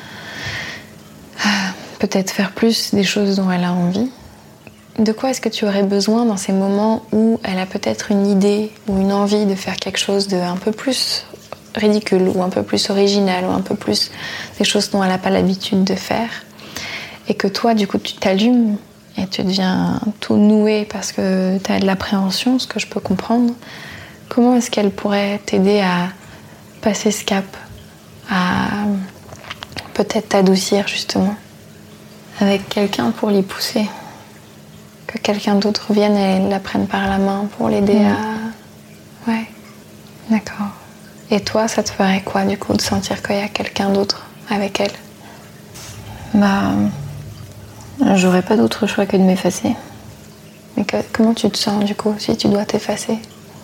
peut-être faire plus des choses dont elle a envie, de quoi est-ce que tu aurais besoin dans ces moments où elle a peut-être une idée ou une envie de faire quelque chose de un peu plus ridicule ou un peu plus original ou un peu plus des choses dont elle n'a pas l'habitude de faire, et que toi du coup tu t'allumes et tu deviens tout noué parce que tu as de l'appréhension, ce que je peux comprendre. Comment est-ce qu'elle pourrait t'aider à passer ce cap, à peut-être t'adoucir justement? Avec quelqu'un pour l'y pousser. Que quelqu'un d'autre vienne et la prenne par la main pour l'aider à... Ouais, d'accord. Et toi, ça te ferait quoi du coup de sentir qu'il y a quelqu'un d'autre avec elle? Bah... J'aurais pas d'autre choix que de m'effacer. Mais comment tu te sens du coup si tu dois t'effacer?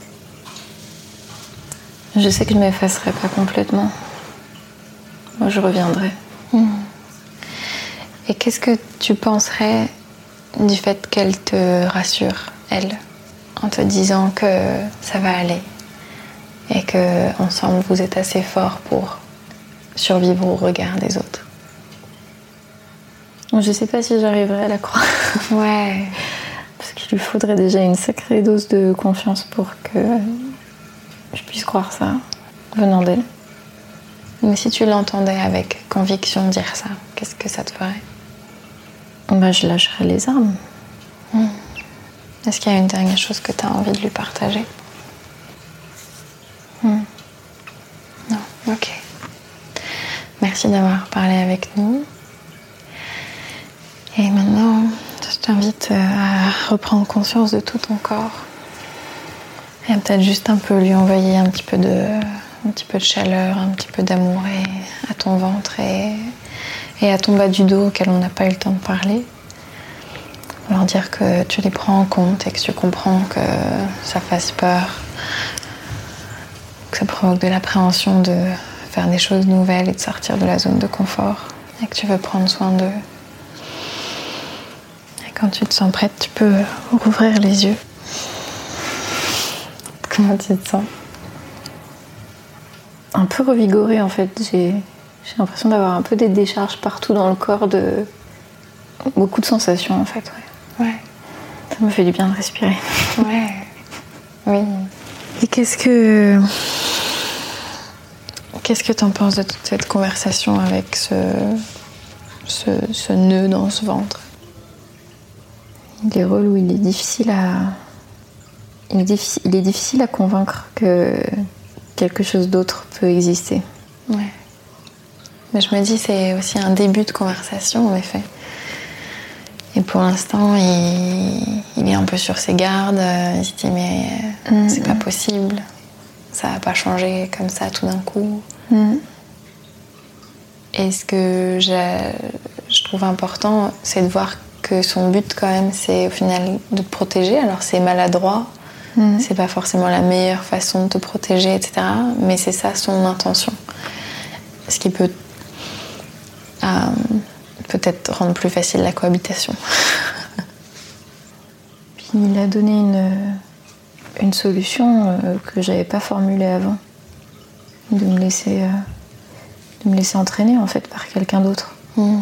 Je sais que je m'effacerai pas complètement. Moi, je reviendrai. Et qu'est-ce que tu penserais du fait qu'elle te rassure, elle, en te disant que ça va aller et que ensemble vous êtes assez forts pour survivre au regard des autres? Je sais pas si j'arriverai à la croire. Ouais. Parce qu'il lui faudrait déjà une sacrée dose de confiance pour que je puisse croire ça venant d'elle. Mais si tu l'entendais avec conviction dire ça, qu'est-ce que ça te ferait? Bah, je lâcherais les armes. Est-ce qu'il y a une dernière chose que tu as envie de lui partager? Non, ok. Merci d'avoir parlé avec nous. Et maintenant, je t'invite à reprendre conscience de tout ton corps. Et à peut-être juste un peu lui envoyer un petit peu de chaleur, un petit peu d'amour à ton ventre et à ton bas du dos auquel on n'a pas eu le temps de parler. Leur dire que tu les prends en compte et que tu comprends que ça fasse peur, que ça provoque de l'appréhension de faire des choses nouvelles et de sortir de la zone de confort et que tu veux prendre soin d'eux. Et quand tu te sens prête, tu peux rouvrir les yeux. Comment tu te sens? Un peu revigorée en fait. J'ai l'impression d'avoir un peu des décharges partout dans le corps, de beaucoup de sensations en fait. Ouais. Ça me fait du bien de respirer. Ouais. Oui. Et qu'est-ce que t'en penses de toute cette conversation avec ce nœud dans ce ventre? Il est relou, il est difficile à convaincre que quelque chose d'autre peut exister. Ouais. Mais je me dis c'est aussi un début de conversation en effet. Et pour l'instant, il est un peu sur ses gardes. Il se dit mais c'est pas possible. Ça va pas changer comme ça tout d'un coup. Et ce que je trouve important, c'est de voir que son but quand même, c'est au final de te protéger. Alors c'est maladroit, c'est pas forcément la meilleure façon de te protéger, etc. Mais c'est ça son intention. Ce qui peut peut-être rendre plus facile la cohabitation. Puis il a donné une solution que j'avais pas formulée avant. De me laisser entraîner en fait par quelqu'un d'autre.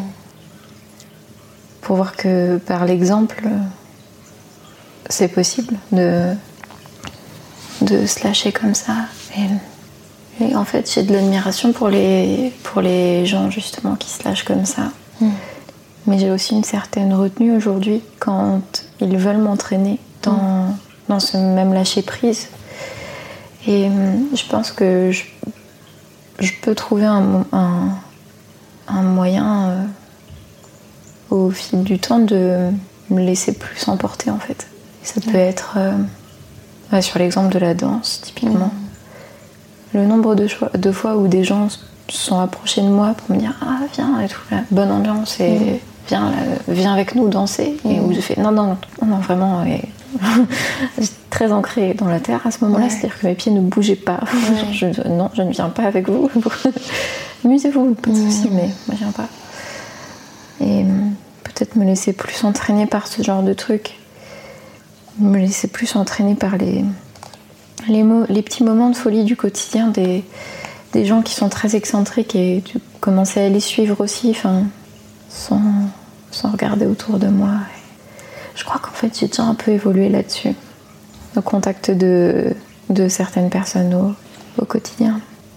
Pour voir que par l'exemple, c'est possible de se lâcher comme ça. Et en fait, j'ai de l'admiration pour les gens justement qui se lâchent comme ça. Mais j'ai aussi une certaine retenue aujourd'hui quand ils veulent m'entraîner dans ce même lâcher prise. Et je pense que je peux trouver un moyen au fil du temps de me laisser plus emporter en fait. Et ça peut être sur l'exemple de la danse typiquement. Le nombre de fois où des gens se sont approchés de moi pour me dire ah viens et tout, la bonne ambiance et viens avec nous danser et où je fais non vraiment j'étais très ancrée dans la terre à ce moment-là, c'est-à-dire que mes pieds ne bougeaient pas. Je ne viens pas avec vous. Amusez-vous, pas de soucis, mais moi je viens pas. Et peut-être me laisser plus entraîner par ce genre de trucs, me laisser plus entraîner par les petits moments de folie du quotidien des gens qui sont très excentriques et commencer à les suivre aussi, sans regarder autour de moi. Je crois qu'en fait j'ai déjà un peu évolué là-dessus, au contact de certaines personnes au quotidien.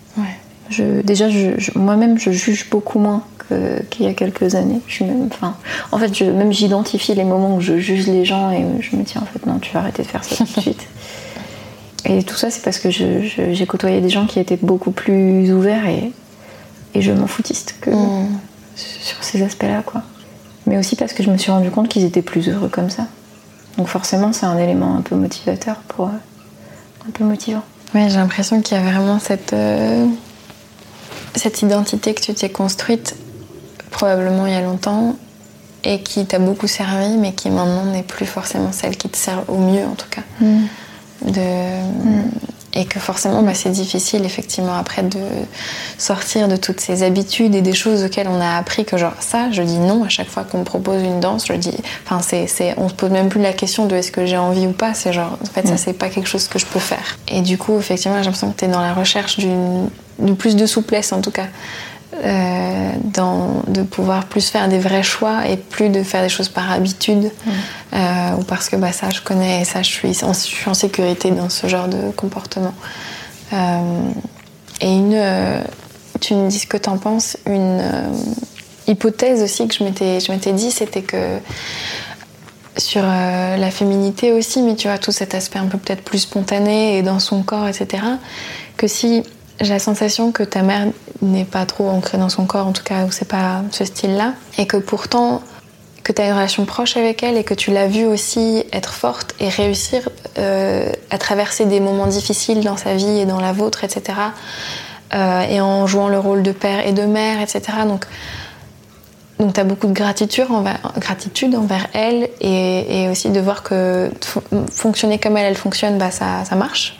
Moi-même je juge beaucoup moins qu'il y a quelques années. J'identifie les moments où je juge les gens et je me dis en fait non, tu vas arrêter de faire ça tout de suite. Et tout ça c'est parce que j'ai côtoyé des gens qui étaient beaucoup plus ouverts et je m'en foutiste que sur ces aspects-là quoi. Mais aussi parce que je me suis rendu compte qu'ils étaient plus heureux comme ça. Donc forcément c'est un élément un peu motivateur un peu motivant. Ouais, j'ai l'impression qu'il y a vraiment cette identité que tu t'es construite probablement il y a longtemps et qui t'a beaucoup servi mais qui maintenant n'est plus forcément celle qui te sert au mieux en tout cas. Et que forcément c'est difficile effectivement après de sortir de toutes ces habitudes et des choses auxquelles on a appris que genre ça je dis non à chaque fois qu'on me propose une danse, je dis on se pose même plus la question de est-ce que j'ai envie ou pas, c'est genre en fait ça c'est pas quelque chose que je peux faire. Et du coup effectivement j'ai l'impression que t'es dans la recherche de plus de souplesse en tout cas, de pouvoir plus faire des vrais choix et plus de faire des choses par habitude ou parce que ça je connais et ça je suis en sécurité dans ce genre de comportement. Et tu me dis ce que t'en penses, une hypothèse aussi que je m'étais dit, c'était que sur la féminité aussi, mais tu vois tout cet aspect un peu peut-être plus spontané et dans son corps, etc., que si j'ai la sensation que ta mère n'est pas trop ancrée dans son corps, en tout cas, ou c'est pas ce style-là, et que pourtant, que tu as une relation proche avec elle et que tu l'as vue aussi être forte et réussir à traverser des moments difficiles dans sa vie et dans la vôtre, etc., et en jouant le rôle de père et de mère, etc. Donc tu as beaucoup de gratitude envers elle et aussi de voir que fonctionner comme elle fonctionne, ça marche.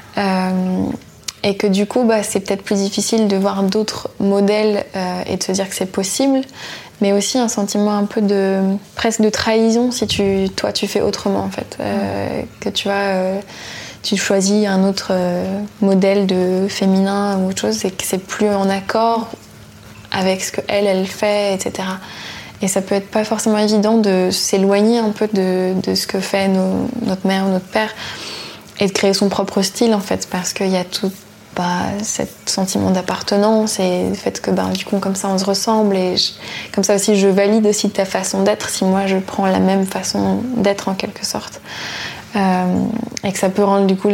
Et que du coup, c'est peut-être plus difficile de voir d'autres modèles et de se dire que c'est possible, mais aussi un sentiment un peu presque de trahison si toi tu fais autrement en fait. Que tu vois, tu choisis un autre modèle de féminin ou autre chose et que c'est plus en accord avec ce qu'elle fait, etc. Et ça peut être pas forcément évident de s'éloigner un peu de ce que fait notre mère ou notre père et de créer son propre style en fait, parce qu'il y a tout cet sentiment d'appartenance et le fait que du coup comme ça on se ressemble et comme ça aussi je valide aussi ta façon d'être si moi je prends la même façon d'être en quelque sorte, et que ça peut rendre du coup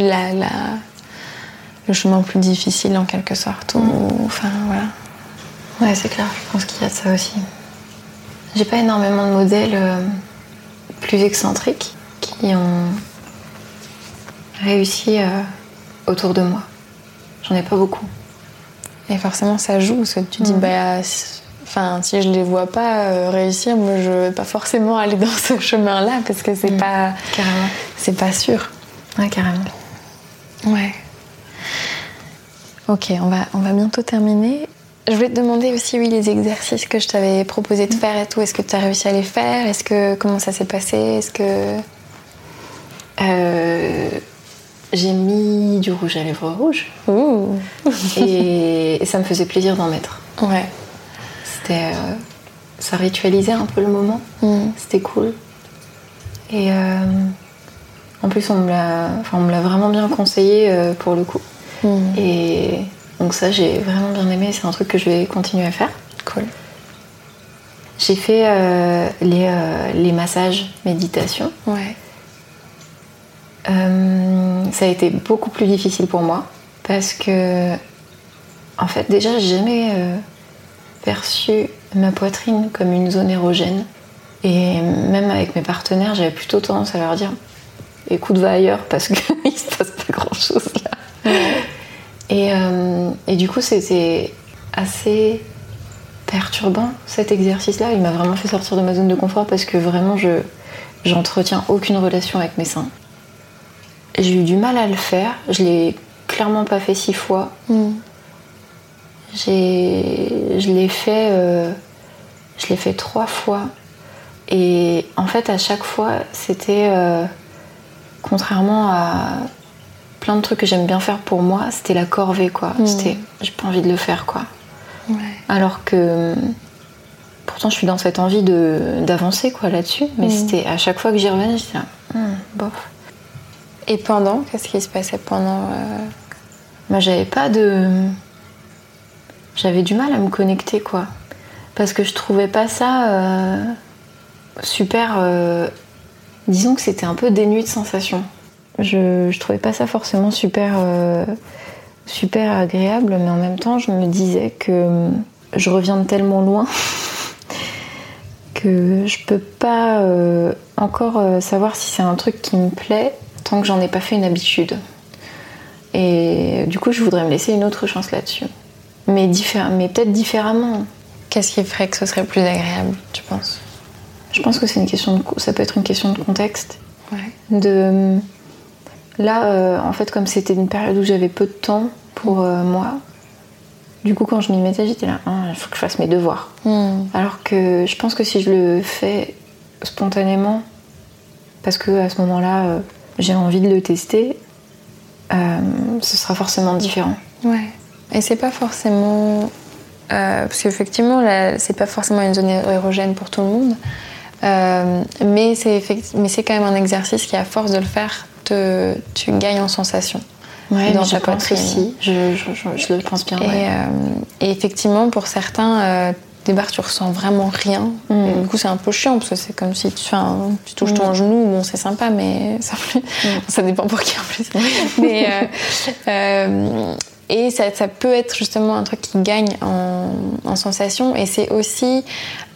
le chemin plus difficile en quelque sorte. Enfin voilà. Ouais, c'est clair, je pense qu'il y a de ça aussi. J'ai pas énormément de modèles plus excentriques qui ont réussi autour de moi. J'en ai pas beaucoup. Et forcément ça joue, parce que tu dis si je les vois pas réussir, moi je vais pas forcément aller dans ce chemin-là parce que c'est pas carrément. C'est pas sûr. Ouais, carrément. Ouais. Ok, on va bientôt terminer. Je voulais te demander aussi, les exercices que je t'avais proposé de faire et tout, est-ce que tu as réussi à les faire ? Comment ça s'est passé ? Est-ce que... J'ai mis du rouge à lèvres rouge. Ouh. Et ça me faisait plaisir d'en mettre. Ouais. Ça ritualisait un peu le moment. C'était cool. Et en plus, on me l'a vraiment bien conseillé pour le coup. Et donc ça, j'ai vraiment bien aimé. C'est un truc que je vais continuer à faire. Cool. J'ai fait les massages méditation. Ouais. Ça a été beaucoup plus difficile pour moi parce que, en fait, déjà, j'ai jamais perçu ma poitrine comme une zone érogène. Et même avec mes partenaires, j'avais plutôt tendance à leur dire « Écoute, va ailleurs parce qu'il se passe pas grand-chose là. Ouais. » Et du coup, c'était assez perturbant cet exercice-là. Il m'a vraiment fait sortir de ma zone de confort parce que vraiment, j'entretiens aucune relation avec mes seins. J'ai eu du mal à le faire. Je l'ai clairement pas fait 6 fois. Je l'ai fait 3 fois. Et en fait, à chaque fois, c'était contrairement à plein de trucs que j'aime bien faire pour moi, c'était la corvée, quoi. C'était, j'ai pas envie de le faire, quoi. Ouais. Alors que pourtant, je suis dans cette envie d'avancer, quoi, là-dessus. Mais c'était à chaque fois que j'y revenais, j'étais là, bof. Et pendant, qu'est-ce qui se passait pendant J'avais du mal à me connecter, quoi. Parce que je trouvais pas ça super... Disons que c'était un peu dénué de sensations. Je trouvais pas ça forcément super agréable, mais en même temps, je me disais que je reviens de tellement loin que je peux pas encore savoir si c'est un truc qui me plaît tant que j'en ai pas fait une habitude. Et du coup, je voudrais me laisser une autre chance là-dessus. Mais peut-être différemment. Qu'est-ce qui ferait que ce serait plus agréable, tu penses ? Je pense que ça peut être une question de contexte. Ouais. Là, en fait, comme c'était une période où j'avais peu de temps pour moi, du coup, quand je m'y mettais, j'étais là, il faut que je fasse mes devoirs. Alors que je pense que si je le fais spontanément, parce que à ce moment-là, j'ai envie de le tester, ce sera forcément différent. Ouais. Et c'est pas forcément... parce qu'effectivement, là, c'est pas forcément une zone érogène pour tout le monde. Mais c'est quand même un exercice qui, à force de le faire, tu gagnes en sensation. Ouais, dans mais je pense aussi. Je le pense bien. Et effectivement, pour certains, des barres, tu ressens vraiment rien. Et du coup, c'est un peu chiant parce que c'est comme si tu touches ton genou. Bon, c'est sympa, mais ça dépend pour qui en plus. Mais et ça peut être justement un truc qui gagne en sensation. Et c'est aussi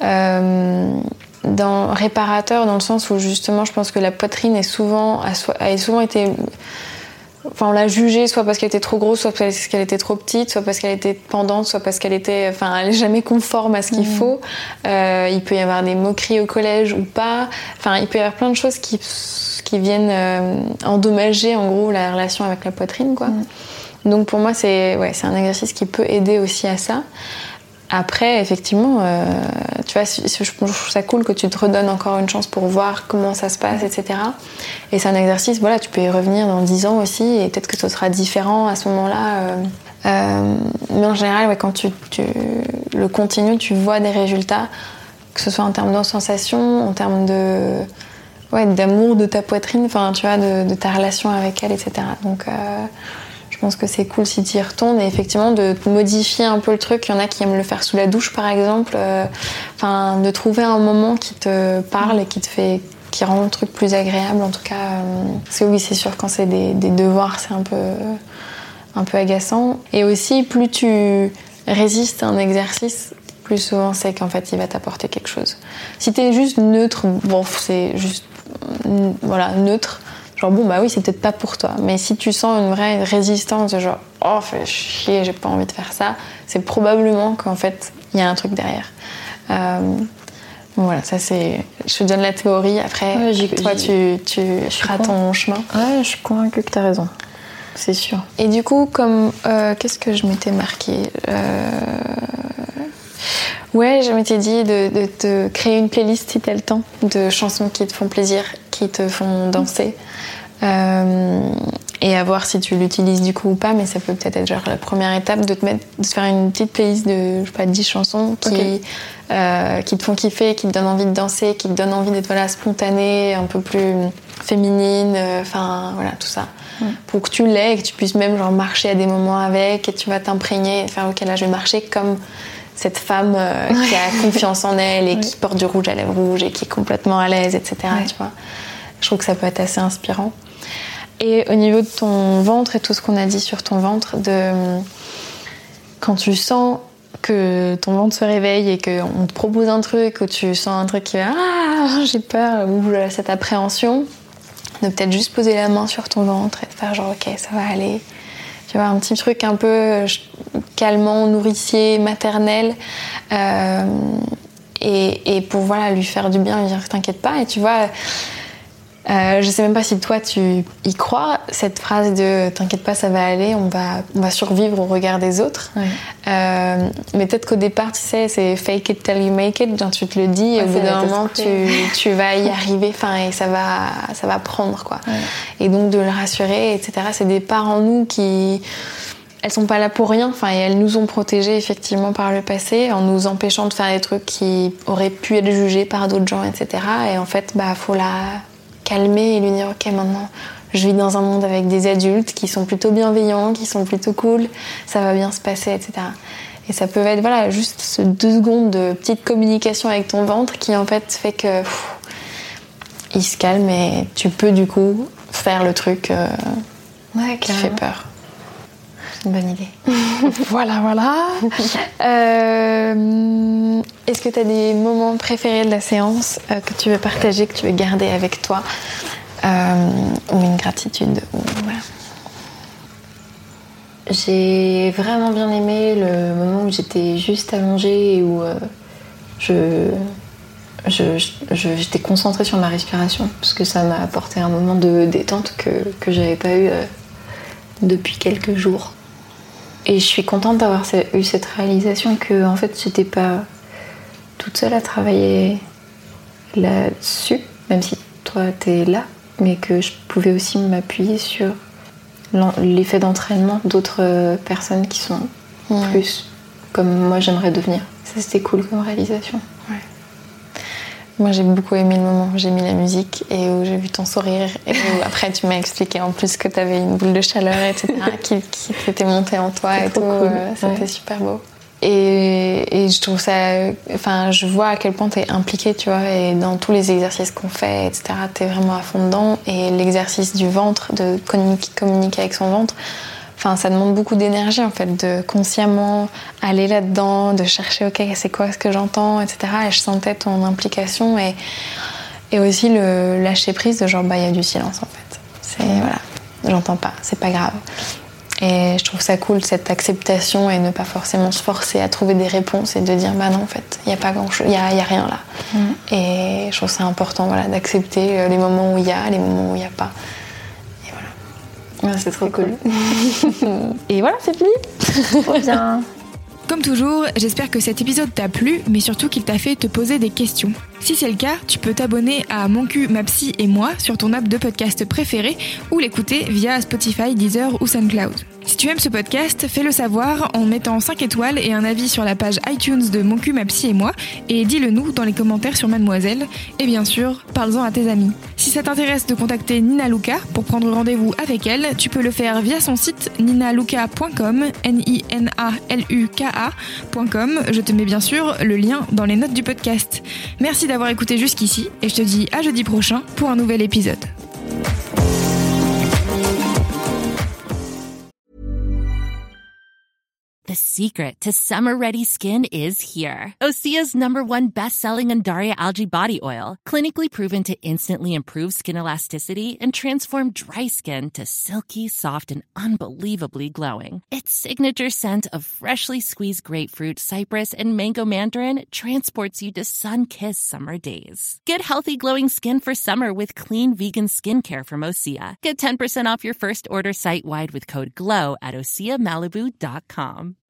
réparateur dans le sens où justement, je pense que la poitrine a souvent été... Enfin, on l'a jugée soit parce qu'elle était trop grosse, soit parce qu'elle était trop petite, soit parce qu'elle était pendante, soit parce qu'elle était... Enfin, elle n'est jamais conforme à ce qu'il faut. Il peut y avoir des moqueries au collège ou pas. Enfin, il peut y avoir plein de choses qui viennent endommager, en gros, la relation avec la poitrine, quoi. Donc, pour moi, c'est un exercice qui peut aider aussi à ça. Après, effectivement, tu vois, je trouve ça cool que tu te redonnes encore une chance pour voir comment ça se passe, etc. Et c'est un exercice, voilà, tu peux y revenir dans 10 ans aussi, et peut-être que ce sera différent à ce moment-là. Mais en général, quand tu le continues, tu vois des résultats que ce soit en termes de sensation, en termes d'amour de ta poitrine, enfin tu vois, de ta relation avec elle, etc. Donc je pense que c'est cool si tu y retournes et effectivement de modifier un peu le truc. Il y en a qui aiment le faire sous la douche par exemple, de trouver un moment qui te parle et qui rend le truc plus agréable en tout cas. Parce que oui, c'est sûr, quand c'est des devoirs, c'est un peu agaçant. Et aussi, plus tu résistes à un exercice, plus souvent c'est qu'en fait il va t'apporter quelque chose. Si t'es juste neutre, bon, c'est juste neutre, genre bon bah oui, c'est peut-être pas pour toi. Mais si tu sens une vraie résistance de genre oh fais chier, j'ai pas envie de faire ça, c'est probablement qu'en fait il y a un truc derrière. Voilà, ça c'est. Je te donne la théorie, après toi tu feras ton chemin. Ouais, je suis convaincue que t'as raison. C'est sûr. Et du coup, comme qu'est-ce que je m'étais marqué Ouais, je m'étais dit de te créer une playlist si t'as le temps, de chansons qui te font plaisir, qui te font danser. Et à voir si tu l'utilises du coup ou pas, mais ça peut peut-être être genre la première étape de te faire une petite playlist de, je sais pas, 10 chansons qui te font kiffer, qui te donnent envie de danser, qui te donnent envie d'être spontanée, un peu plus féminine, voilà, tout ça. Pour que tu l'aies et que tu puisses même genre marcher à des moments avec et tu vas t'imprégner et faire ok, là je vais marcher comme cette femme qui a confiance en elle et qui porte du rouge à lèvres rouges et qui est complètement à l'aise, etc. Tu vois. Je trouve que ça peut être assez inspirant. Et au niveau de ton ventre et tout ce qu'on a dit sur ton ventre, quand tu sens que ton ventre se réveille et qu'on te propose un truc, ou tu sens un truc qui va j'ai peur, ou cette appréhension, de peut-être juste poser la main sur ton ventre et de faire genre ok, ça va aller. Tu vois, un petit truc un peu calmant, nourricier, maternel, et pour lui faire du bien, lui dire t'inquiète pas. Et tu vois, je sais même pas si toi tu y crois, cette phrase de t'inquiète pas, ça va aller, on va survivre au regard des autres. Mais peut-être qu'au départ, tu sais, c'est fake it till you make it, genre tu te le dis et au bout d'un moment tu vas y arriver, et ça va prendre quoi. Et donc de le rassurer, etc. C'est des parts en nous qui elles sont pas là pour rien, et elles nous ont protégés effectivement par le passé en nous empêchant de faire des trucs qui auraient pu être jugés par d'autres gens, etc. Et en fait, faut la calmer et lui dire ok, maintenant je vis dans un monde avec des adultes qui sont plutôt bienveillants, qui sont plutôt cool, ça va bien se passer, etc. Et ça peut être juste ce 2 secondes de petite communication avec ton ventre qui en fait que il se calme et tu peux du coup faire le truc qui fait peur. C'est une bonne idée. Voilà. Est-ce que tu as des moments préférés de la séance que tu veux partager, que tu veux garder avec toi, ou une gratitude voilà. J'ai vraiment bien aimé le moment où j'étais juste allongée et où j'étais concentrée sur ma respiration, parce que ça m'a apporté un moment de détente que j'avais pas eu depuis quelques jours. Et je suis contente d'avoir eu cette réalisation que en fait j'étais pas toute seule à travailler là-dessus, même si toi t'es là, mais que je pouvais aussi m'appuyer sur l'effet d'entraînement d'autres personnes qui sont plus comme moi j'aimerais devenir. Ça c'était cool comme réalisation. Moi j'ai beaucoup aimé le moment où j'ai mis la musique et où j'ai vu ton sourire et où après tu m'as expliqué en plus que tu avais une boule de chaleur, etc. qui s'était montée en toi et tout. Cool. C'était super beau. Et je trouve ça... je vois à quel point tu es impliquée, tu vois, et dans tous les exercices qu'on fait, etc. Tu es vraiment à fond dedans. Et l'exercice du ventre, de communiquer avec son ventre, ça demande beaucoup d'énergie en fait, de consciemment aller là-dedans, de chercher ok, c'est quoi ce que j'entends, etc. Et je sentais ton implication et aussi le lâcher prise de genre il y a du silence en fait. J'entends pas, c'est pas grave. Et je trouve ça cool cette acceptation et ne pas forcément se forcer à trouver des réponses et de dire non en fait il y a pas grand chose, il y a rien là. Et je trouve ça important d'accepter les moments où il y a, les moments où il y a pas. C'est trop cool. Et voilà, c'est fini. Trop bien. Comme toujours, j'espère que cet épisode t'a plu, mais surtout qu'il t'a fait te poser des questions. Si c'est le cas, tu peux t'abonner à Mon cul, ma psy et moi sur ton app de podcast préféré ou l'écouter via Spotify, Deezer ou SoundCloud. Si tu aimes ce podcast, fais-le savoir en mettant 5 étoiles et un avis sur la page iTunes de Mon cul, ma psy et moi, et dis-le nous dans les commentaires sur Mademoiselle, et bien sûr, parle-en à tes amis. Si ça t'intéresse de contacter Nina Luca pour prendre rendez-vous avec elle, tu peux le faire via son site ninaluka.com, ninaluka.com. Je te mets bien sûr le lien dans les notes du podcast. Merci d'avoir écouté jusqu'ici, et je te dis à jeudi prochain pour un nouvel épisode. The secret to summer-ready skin is here. Osea's #1 best-selling Undaria Algae Body Oil, clinically proven to instantly improve skin elasticity and transform dry skin to silky, soft, and unbelievably glowing. Its signature scent of freshly squeezed grapefruit, cypress, and mango mandarin transports you to sun-kissed summer days. Get healthy, glowing skin for summer with clean, vegan skincare from Osea. Get 10% off your first order site-wide with code GLOW at OseaMalibu.com.